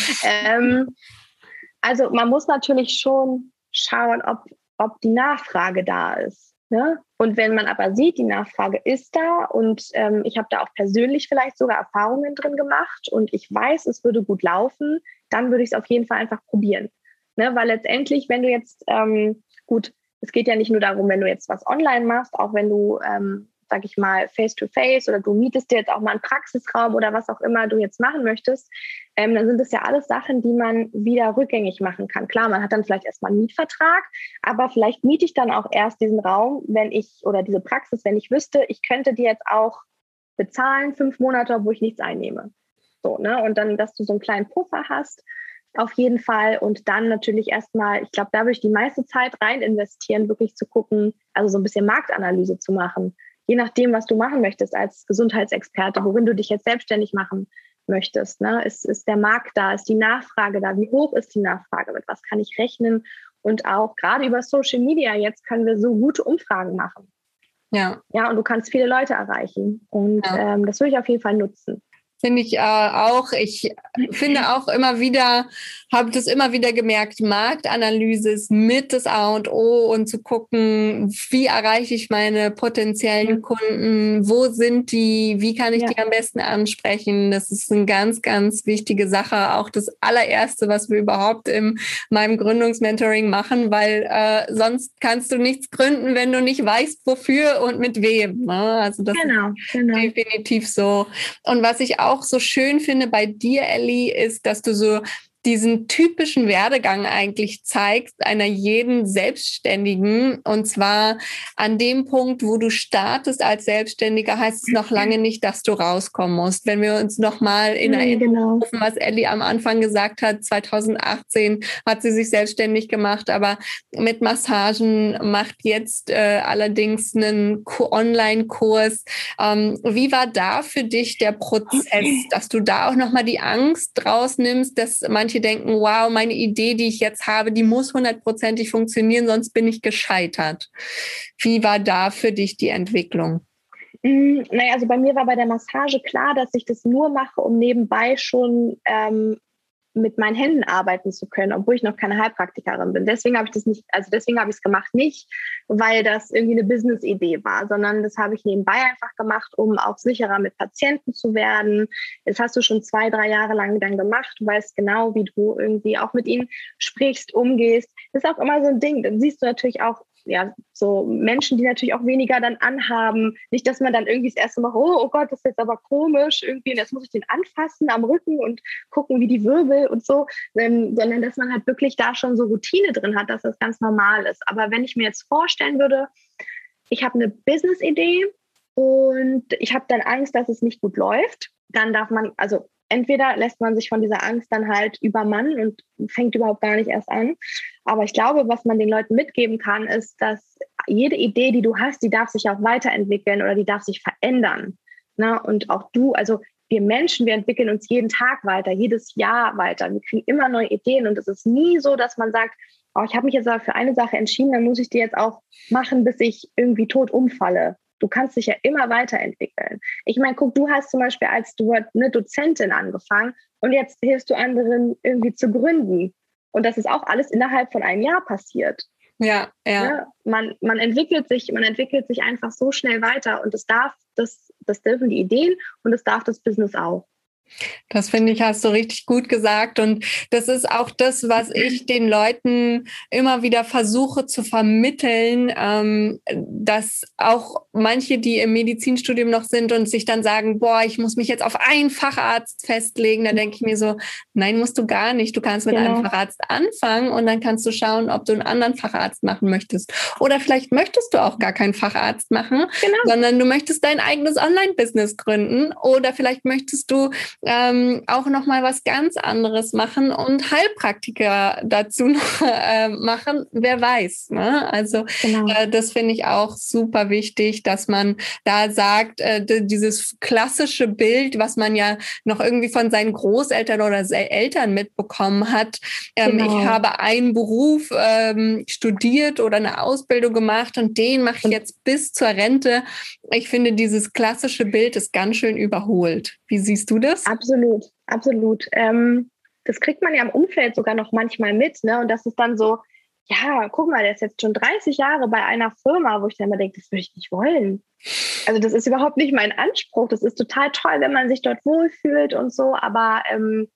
Also man muss natürlich schon schauen, ob die Nachfrage da ist. Ne? Und wenn man aber sieht, die Nachfrage ist da und ich habe da auch persönlich vielleicht sogar Erfahrungen drin gemacht und ich weiß, es würde gut laufen, dann würde ich es auf jeden Fall einfach probieren. Ne? Weil letztendlich, wenn du jetzt, gut, es geht ja nicht nur darum, wenn du jetzt was online machst, auch wenn du, sag ich mal, face-to-face oder du mietest dir jetzt auch mal einen Praxisraum oder was auch immer du jetzt machen möchtest, dann sind das ja alles Sachen, die man wieder rückgängig machen kann. Klar, man hat dann vielleicht erstmal einen Mietvertrag, aber vielleicht miete ich dann auch erst diesen Raum, wenn ich, oder diese Praxis, wenn ich wüsste, ich könnte die jetzt auch bezahlen, 5 Monate, wo ich nichts einnehme. So, ne? Und dann, dass du so einen kleinen Puffer hast, auf jeden Fall. Und dann natürlich erstmal, ich glaube, da würde ich die meiste Zeit rein investieren, wirklich zu gucken, also so ein bisschen Marktanalyse zu machen. Je nachdem, was du machen möchtest als Gesundheitsexperte, worin du dich jetzt selbstständig machen möchtest. Ne? Ist der Markt da? Ist die Nachfrage da? Wie hoch ist die Nachfrage? Mit was kann ich rechnen? Und auch gerade über Social Media jetzt können wir so gute Umfragen machen. Ja, und du kannst viele Leute erreichen. Und das würde ich auf jeden Fall nutzen. Finde ich auch. Ich finde auch immer wieder, habe das immer wieder gemerkt, Marktanalyse ist mit das A und O und zu gucken, wie erreiche ich meine potenziellen Kunden, wo sind die, wie kann ich die am besten ansprechen. Das ist eine ganz, ganz wichtige Sache. Auch das allererste, was wir überhaupt in meinem Gründungsmentoring machen, weil sonst kannst du nichts gründen, wenn du nicht weißt, wofür und mit wem. Ne? Also das ist definitiv so. Und was ich auch so schön finde bei dir, Elli, ist, dass du so diesen typischen Werdegang eigentlich zeigst, einer jeden Selbstständigen. Und zwar an dem Punkt, wo du startest als Selbstständiger, heißt es noch lange nicht, dass du rauskommen musst. Wenn wir uns nochmal in Erinnerung rufen, was Elli am Anfang gesagt hat, 2018 hat sie sich selbstständig gemacht, aber mit Massagen, macht jetzt allerdings einen Online-Kurs. Wie war da für dich der Prozess, dass du da auch nochmal die Angst rausnimmst, dass manche denken, wow, meine Idee, die ich jetzt habe, die muss 100%ig funktionieren, sonst bin ich gescheitert. Wie war da für dich die Entwicklung? Naja, also bei mir war bei der Massage klar, dass ich das nur mache, um nebenbei schon mit meinen Händen arbeiten zu können, obwohl ich noch keine Heilpraktikerin bin. Deswegen habe ich das nicht, also deswegen habe ich es gemacht, nicht, weil das irgendwie eine Business-Idee war, sondern das habe ich nebenbei einfach gemacht, um auch sicherer mit Patienten zu werden. Das hast du schon 2-3 Jahre lang dann gemacht. Du weißt genau, wie du irgendwie auch mit ihnen sprichst, umgehst. Das ist auch immer so ein Ding. Dann siehst du natürlich auch so Menschen, die natürlich auch weniger dann anhaben. Nicht, dass man dann irgendwie das erste Mal, oh Gott, das ist jetzt aber komisch irgendwie und jetzt muss ich den anfassen am Rücken und gucken, wie die Wirbel und so, sondern dass man halt wirklich da schon so Routine drin hat, dass das ganz normal ist. Aber wenn ich mir jetzt vorstellen würde, ich habe eine Business-Idee und ich habe dann Angst, dass es nicht gut läuft, dann darf man, also entweder lässt man sich von dieser Angst dann halt übermannen und fängt überhaupt gar nicht erst an. Aber ich glaube, was man den Leuten mitgeben kann, ist, dass jede Idee, die du hast, die darf sich auch weiterentwickeln oder die darf sich verändern. Na, und auch du, also wir Menschen, wir entwickeln uns jeden Tag weiter, jedes Jahr weiter. Wir kriegen immer neue Ideen und es ist nie so, dass man sagt, oh, ich habe mich jetzt aber für eine Sache entschieden, dann muss ich die jetzt auch machen, bis ich irgendwie tot umfalle. Du kannst dich ja immer weiterentwickeln. Ich meine, guck, du hast zum Beispiel als eine Dozentin angefangen und jetzt hilfst du anderen irgendwie zu gründen. Und das ist auch alles innerhalb von einem Jahr passiert. Ja, ja. Ne? Man entwickelt sich einfach so schnell weiter und das dürfen die Ideen und das darf das Business auch. Das finde ich, hast du richtig gut gesagt. Und das ist auch das, was ich den Leuten immer wieder versuche zu vermitteln, dass auch manche, die im Medizinstudium noch sind und sich dann sagen, boah, ich muss mich jetzt auf einen Facharzt festlegen, da denke ich mir so, nein, musst du gar nicht. Du kannst mit einem Facharzt anfangen und dann kannst du schauen, ob du einen anderen Facharzt machen möchtest. Oder vielleicht möchtest du auch gar keinen Facharzt machen, sondern du möchtest dein eigenes Online-Business gründen. Oder vielleicht möchtest du auch noch mal was ganz anderes machen und Heilpraktiker dazu noch machen, wer weiß. Ne? Also das finde ich auch super wichtig, dass man da sagt, dieses klassische Bild, was man ja noch irgendwie von seinen Großeltern oder Eltern mitbekommen hat. Ich habe einen Beruf studiert oder eine Ausbildung gemacht und den mache ich jetzt bis zur Rente. Ich finde, dieses klassische Bild ist ganz schön überholt. Wie siehst du das? Absolut, absolut. Das kriegt man ja im Umfeld sogar noch manchmal mit, ne? Und das ist dann so, ja, guck mal, der ist jetzt schon 30 Jahre bei einer Firma, wo ich dann immer denke, das würde ich nicht wollen. Also das ist überhaupt nicht mein Anspruch. Das ist total toll, wenn man sich dort wohlfühlt und so, aber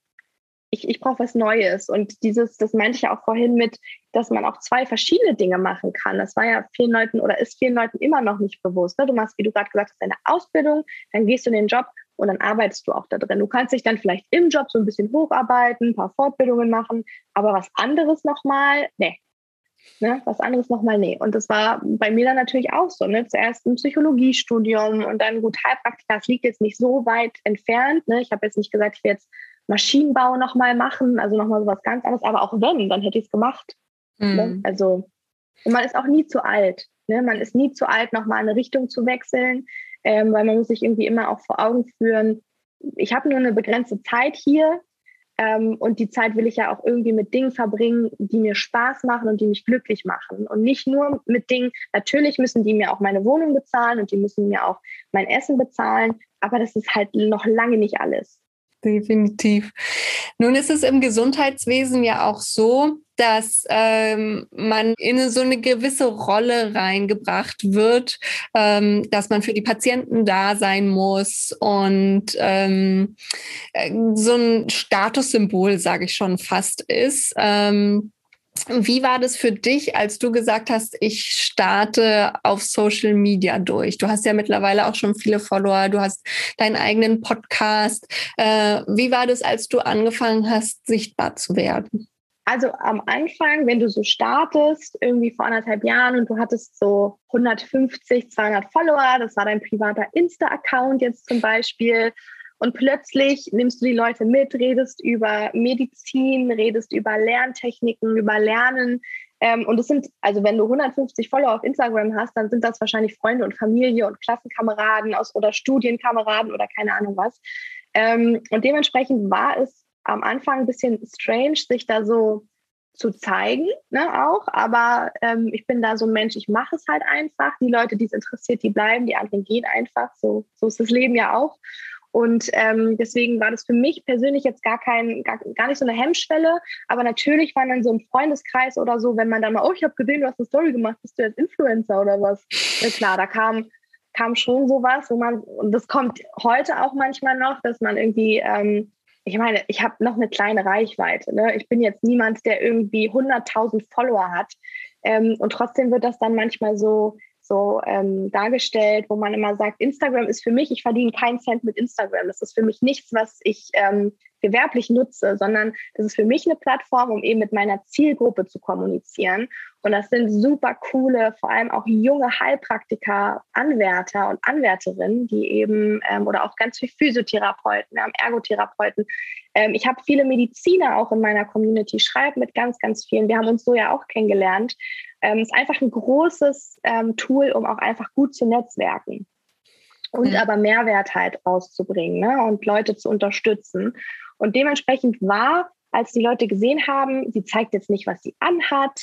ich brauche was Neues. Und das meinte ich ja auch vorhin mit, dass man auch 2 verschiedene Dinge machen kann. Das war ja vielen Leuten oder ist vielen Leuten immer noch nicht bewusst. Ne? Du machst, wie du gerade gesagt hast, deine Ausbildung, dann gehst du in den Job und dann arbeitest du auch da drin. Du kannst dich dann vielleicht im Job so ein bisschen hocharbeiten, ein paar Fortbildungen machen, aber was anderes nochmal, nee. Ne? Was anderes nochmal, nee. Und das war bei mir dann natürlich auch so. Ne? Zuerst ein Psychologiestudium und dann gut Heilpraktiker. Das liegt jetzt nicht so weit entfernt. Ne? Ich habe jetzt nicht gesagt, ich will jetzt Maschinenbau nochmal machen, also nochmal sowas ganz anderes. Aber auch wenn, dann hätte ich es gemacht. Ne? Also, und man ist auch nie zu alt. Ne? Man ist nie zu alt, nochmal eine Richtung zu wechseln, weil man muss sich irgendwie immer auch vor Augen führen, ich habe nur eine begrenzte Zeit hier. Und die Zeit will ich ja auch irgendwie mit Dingen verbringen, die mir Spaß machen und die mich glücklich machen. Und nicht nur mit Dingen, natürlich müssen die mir auch meine Wohnung bezahlen und die müssen mir auch mein Essen bezahlen, aber das ist halt noch lange nicht alles. Definitiv. Nun ist es im Gesundheitswesen ja auch so, dass man in so eine gewisse Rolle reingebracht wird, dass man für die Patienten da sein muss und so ein Statussymbol, sage ich schon fast, ist. Wie war das für dich, als du gesagt hast, ich starte auf Social Media durch? Du hast ja mittlerweile auch schon viele Follower, du hast deinen eigenen Podcast. Wie war das, als du angefangen hast, sichtbar zu werden? Also am Anfang, wenn du so startest, irgendwie vor 1,5 Jahren und du hattest so 150, 200 Follower, das war dein privater Insta-Account jetzt zum Beispiel, und plötzlich nimmst du die Leute mit, redest über Medizin, redest über Lerntechniken, über Lernen. Und es sind, also wenn du 150 Follower auf Instagram hast, dann sind das wahrscheinlich Freunde und Familie und Klassenkameraden oder Studienkameraden oder keine Ahnung was. Und dementsprechend war es am Anfang ein bisschen strange, sich da so zu zeigen, ne, auch. Aber ich bin da so ein Mensch, ich mache es halt einfach. Die Leute, die es interessiert, die bleiben, die anderen gehen einfach. So ist das Leben ja auch. Und deswegen war das für mich persönlich jetzt gar nicht so eine Hemmschwelle. Aber natürlich war dann so ein Freundeskreis oder so, wenn man dann mal, oh, ich habe gesehen, du hast eine Story gemacht, bist du jetzt Influencer oder was? Ja klar, da kam schon sowas, und das kommt heute auch manchmal noch, dass man irgendwie, ich meine, ich habe noch eine kleine Reichweite. Ne? Ich bin jetzt niemand, der irgendwie 100.000 Follower hat. Und trotzdem wird das dann manchmal so dargestellt, wo man immer sagt, Instagram ist für mich, ich verdiene keinen Cent mit Instagram. Das ist für mich nichts, was ich gewerblich nutze, sondern das ist für mich eine Plattform, um eben mit meiner Zielgruppe zu kommunizieren. Und das sind super coole, vor allem auch junge Heilpraktiker, Anwärter und Anwärterinnen, die eben, oder auch ganz viele Physiotherapeuten, Ergotherapeuten. Ich habe viele Mediziner auch in meiner Community, schreibe mit ganz, ganz vielen. Wir haben uns so ja auch kennengelernt. Ist einfach ein großes Tool, um auch einfach gut zu netzwerken. Und aber Mehrwert halt rauszubringen, ne? Und Leute zu unterstützen. Und dementsprechend war, als die Leute gesehen haben, sie zeigt jetzt nicht, was sie anhat,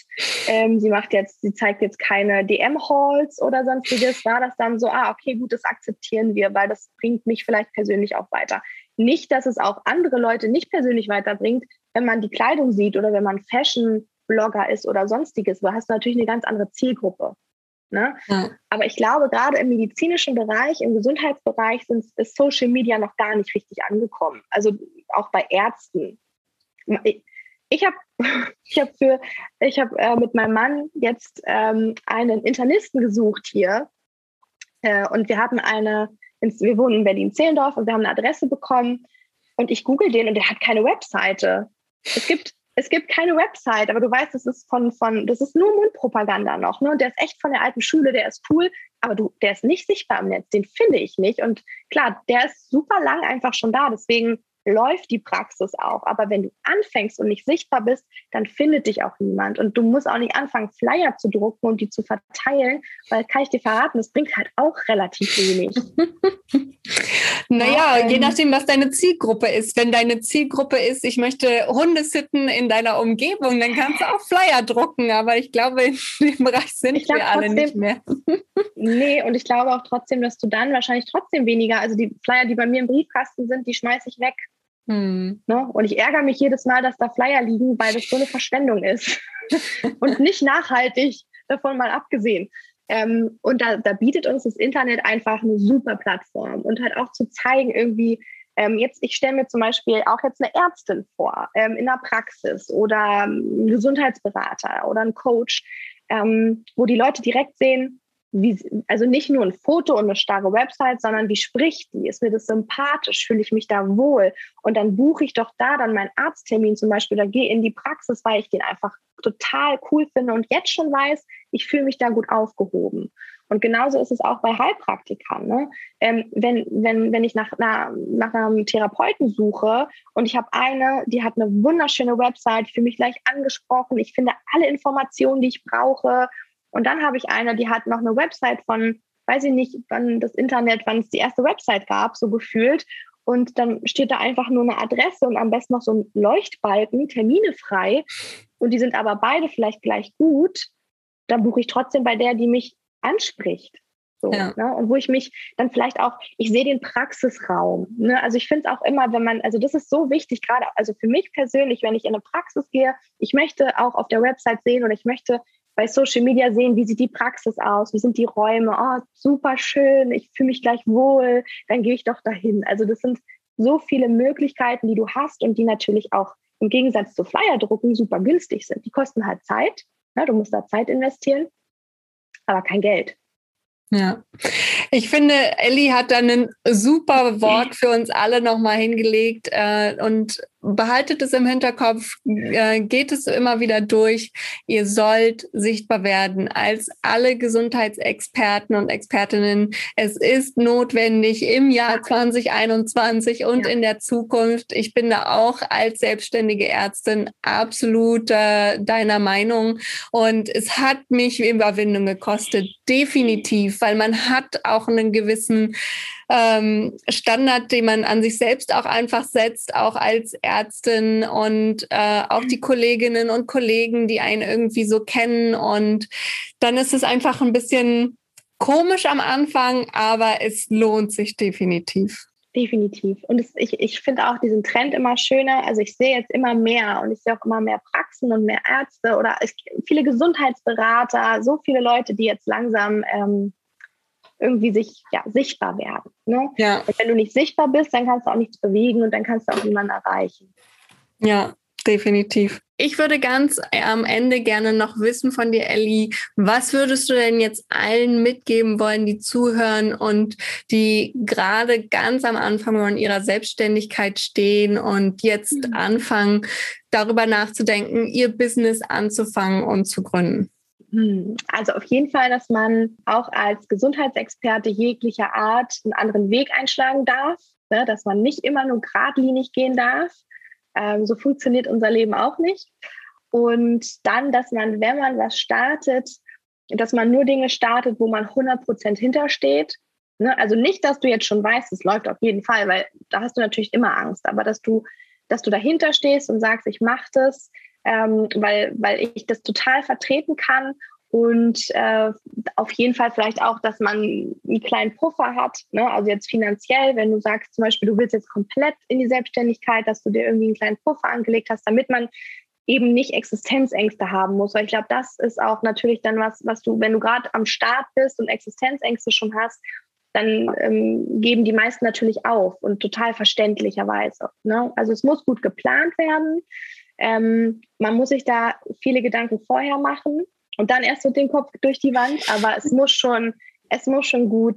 sie zeigt jetzt keine DM-Halls oder sonstiges, war das dann so, okay, gut, das akzeptieren wir, weil das bringt mich vielleicht persönlich auch weiter. Nicht, dass es auch andere Leute nicht persönlich weiterbringt, wenn man die Kleidung sieht oder wenn man Fashion Blogger ist oder sonstiges, du hast natürlich eine ganz andere Zielgruppe. Ne? Ja. Aber ich glaube, gerade im medizinischen Bereich, im Gesundheitsbereich ist Social Media noch gar nicht richtig angekommen. Also auch bei Ärzten. Ich habe mit meinem Mann jetzt einen Internisten gesucht hier und wir wohnen in Berlin-Zehlendorf und wir haben eine Adresse bekommen und ich google den und der hat keine Webseite. Es gibt keine Website, aber du weißt, das ist das ist nur Mundpropaganda noch. Ne? Und der ist echt von der alten Schule, der ist cool, aber der ist nicht sichtbar im Netz, den finde ich nicht. Und klar, der ist super lang einfach schon da, deswegen läuft die Praxis auch. Aber wenn du anfängst und nicht sichtbar bist, dann findet dich auch niemand. Und du musst auch nicht anfangen, Flyer zu drucken und die zu verteilen, weil, kann ich dir verraten, das bringt halt auch relativ wenig. Naja, je nachdem, was deine Zielgruppe ist. Wenn deine Zielgruppe ist, ich möchte Hunde sitten in deiner Umgebung, dann kannst du auch Flyer drucken. Aber ich glaube, in dem Bereich sind wir alle nicht mehr. Nee, und ich glaube auch trotzdem, dass du dann wahrscheinlich trotzdem weniger, also die Flyer, die bei mir im Briefkasten sind, die schmeiße ich weg. Ne? Und ich ärgere mich jedes Mal, dass da Flyer liegen, weil das so eine Verschwendung ist. Und nicht nachhaltig, davon mal abgesehen. Und da bietet uns das Internet einfach eine super Plattform und halt auch zu zeigen irgendwie, ich stelle mir zum Beispiel auch jetzt eine Ärztin vor, in der Praxis oder einen Gesundheitsberater oder einen Coach, wo die Leute direkt sehen, also nicht nur ein Foto und eine starre Website, sondern wie spricht die? Ist mir das sympathisch? Fühle ich mich da wohl? Und dann buche ich doch da dann meinen Arzttermin zum Beispiel oder gehe in die Praxis, weil ich den einfach total cool finde und jetzt schon weiß, ich fühle mich da gut aufgehoben. Und genauso ist es auch bei Heilpraktikern. Ne? Wenn ich nach einem Therapeuten suche und ich habe die hat eine wunderschöne Website, ich fühle mich gleich angesprochen, ich finde alle Informationen, die ich brauche. Und dann habe ich eine, die hat noch eine Website von, weiß ich nicht, wann es die erste Website gab, so gefühlt. Und dann steht da einfach nur eine Adresse und am besten noch so ein Leuchtbalken, Termine frei. Und die sind aber beide vielleicht gleich gut. Dann buche ich trotzdem bei der, die mich anspricht. So, ja. Ne? Und wo ich mich dann vielleicht auch, ich sehe den Praxisraum. Ne? Also ich finde es auch immer, also das ist so wichtig, gerade also für mich persönlich, wenn ich in eine Praxis gehe, ich möchte auch auf der Website sehen oder ich möchte bei Social Media sehen, wie sieht die Praxis aus, wie sind die Räume, oh, super schön, ich fühle mich gleich wohl, dann gehe ich doch dahin. Also das sind so viele Möglichkeiten, die du hast und die natürlich auch im Gegensatz zu Flyerdrucken super günstig sind. Die kosten halt Zeit, ne? Du musst da Zeit investieren, aber kein Geld. Ja, ich finde, Elli hat da ein super Wort für uns alle nochmal hingelegt und behaltet es im Hinterkopf, geht es immer wieder durch. Ihr sollt sichtbar werden als alle Gesundheitsexperten und Expertinnen. Es ist notwendig im Jahr 2021 und in der Zukunft. Ich bin da auch als selbstständige Ärztin absolut deiner Meinung und es hat mich Überwindung gekostet, definitiv, weil man hat auch einen gewissen Standard, den man an sich selbst auch einfach setzt, auch als Ärztin und auch die Kolleginnen und Kollegen, die einen irgendwie so kennen. Und dann ist es einfach ein bisschen komisch am Anfang, aber es lohnt sich definitiv. Definitiv. Und ich finde auch diesen Trend immer schöner. Also ich sehe jetzt immer mehr und ich sehe auch immer mehr Praxen und mehr Ärzte oder viele Gesundheitsberater, so viele Leute, die jetzt langsam irgendwie sichtbar werden. Ne? Ja. Und wenn du nicht sichtbar bist, dann kannst du auch nichts bewegen und dann kannst du auch niemanden erreichen. Ja, definitiv. Ich würde ganz am Ende gerne noch wissen von dir, Elli, was würdest du denn jetzt allen mitgeben wollen, die zuhören und die gerade ganz am Anfang von ihrer Selbstständigkeit stehen und jetzt anfangen, darüber nachzudenken, ihr Business anzufangen und zu gründen? Also auf jeden Fall, dass man auch als Gesundheitsexperte jeglicher Art einen anderen Weg einschlagen darf, ne? Dass man nicht immer nur geradlinig gehen darf. So funktioniert unser Leben auch nicht. Und dann, dass man, wenn man was startet, dass man nur Dinge startet, wo man 100% hintersteht. Ne? Also nicht, dass du jetzt schon weißt, es läuft auf jeden Fall, weil da hast du natürlich immer Angst, aber dass du dahinter stehst und sagst, ich mache das, weil ich das total vertreten kann und auf jeden Fall vielleicht auch, dass man einen kleinen Puffer hat, ne? Also jetzt finanziell, wenn du sagst zum Beispiel, du willst jetzt komplett in die Selbstständigkeit, dass du dir irgendwie einen kleinen Puffer angelegt hast, damit man eben nicht Existenzängste haben muss. Weil ich glaube, das ist auch natürlich dann was du, wenn du gerade am Start bist und Existenzängste schon hast, dann geben die meisten natürlich auf und total verständlicherweise. Ne? Also es muss gut geplant werden. Man muss sich da viele Gedanken vorher machen und dann erst mit dem Kopf durch die Wand. Aber es muss schon gut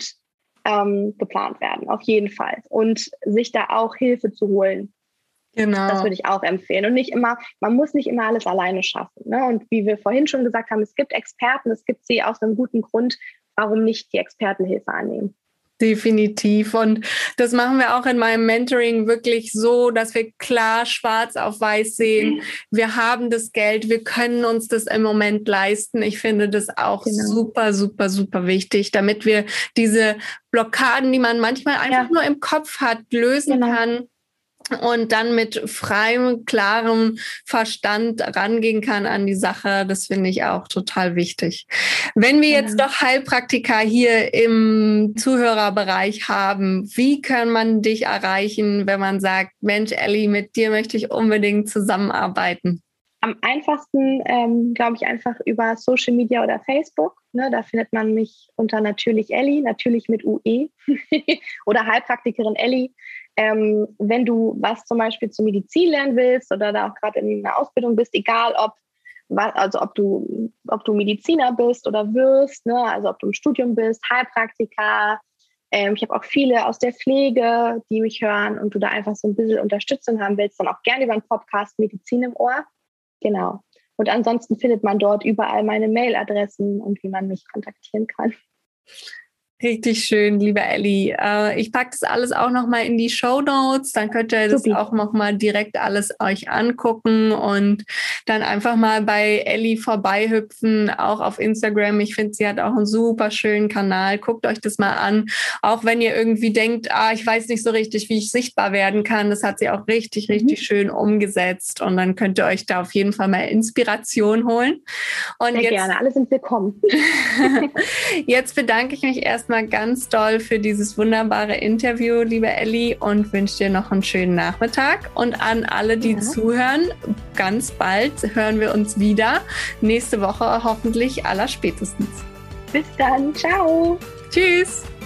geplant werden, auf jeden Fall. Und sich da auch Hilfe zu holen. Genau. Das würde ich auch empfehlen. Und man muss nicht immer alles alleine schaffen. Ne? Und wie wir vorhin schon gesagt haben, es gibt Experten, es gibt sie aus einem guten Grund. Warum nicht die Expertenhilfe annehmen? Definitiv. Und das machen wir auch in meinem Mentoring wirklich so, dass wir klar schwarz auf weiß sehen. Wir haben das Geld, wir können uns das im Moment leisten. Ich finde das auch super, super, super wichtig, damit wir diese Blockaden, die man manchmal einfach nur im Kopf hat, lösen kann. Und dann mit freiem, klarem Verstand rangehen kann an die Sache. Das finde ich auch total wichtig. Wenn wir jetzt doch Heilpraktiker hier im Zuhörerbereich haben, wie kann man dich erreichen, wenn man sagt, Mensch, Elli, mit dir möchte ich unbedingt zusammenarbeiten? Am einfachsten, glaube ich, einfach über Social Media oder Facebook. Ne, da findet man mich unter natürlich Elli, natürlich mit UE oder Heilpraktikerin Elli. Wenn du was zum Beispiel zur Medizin lernen willst oder da auch gerade in einer Ausbildung bist, egal ob du Mediziner bist oder wirst, ne, also ob du im Studium bist, Heilpraktiker. Ich habe auch viele aus der Pflege, die mich hören und du da einfach so ein bisschen Unterstützung haben willst, dann auch gerne über einen Podcast Medizin im Ohr. Genau. Und ansonsten findet man dort überall meine Mailadressen und wie man mich kontaktieren kann. Richtig schön, liebe Elli. Ich packe das alles auch nochmal in die Shownotes, dann könnt ihr das auch nochmal direkt alles euch angucken und dann einfach mal bei Elli vorbeihüpfen, auch auf Instagram. Ich finde, sie hat auch einen super schönen Kanal. Guckt euch das mal an. Auch wenn ihr irgendwie denkt, ich weiß nicht so richtig, wie ich sichtbar werden kann. Das hat sie auch richtig, richtig schön umgesetzt und dann könnt ihr euch da auf jeden Fall mal Inspiration holen. Und sehr gerne, alle sind willkommen. Jetzt bedanke ich mich erstmal ganz doll für dieses wunderbare Interview, liebe Elli, und wünsche dir noch einen schönen Nachmittag. Und an alle, die zuhören, ganz bald hören wir uns wieder. Nächste Woche hoffentlich allerspätestens. Bis dann. Ciao. Tschüss.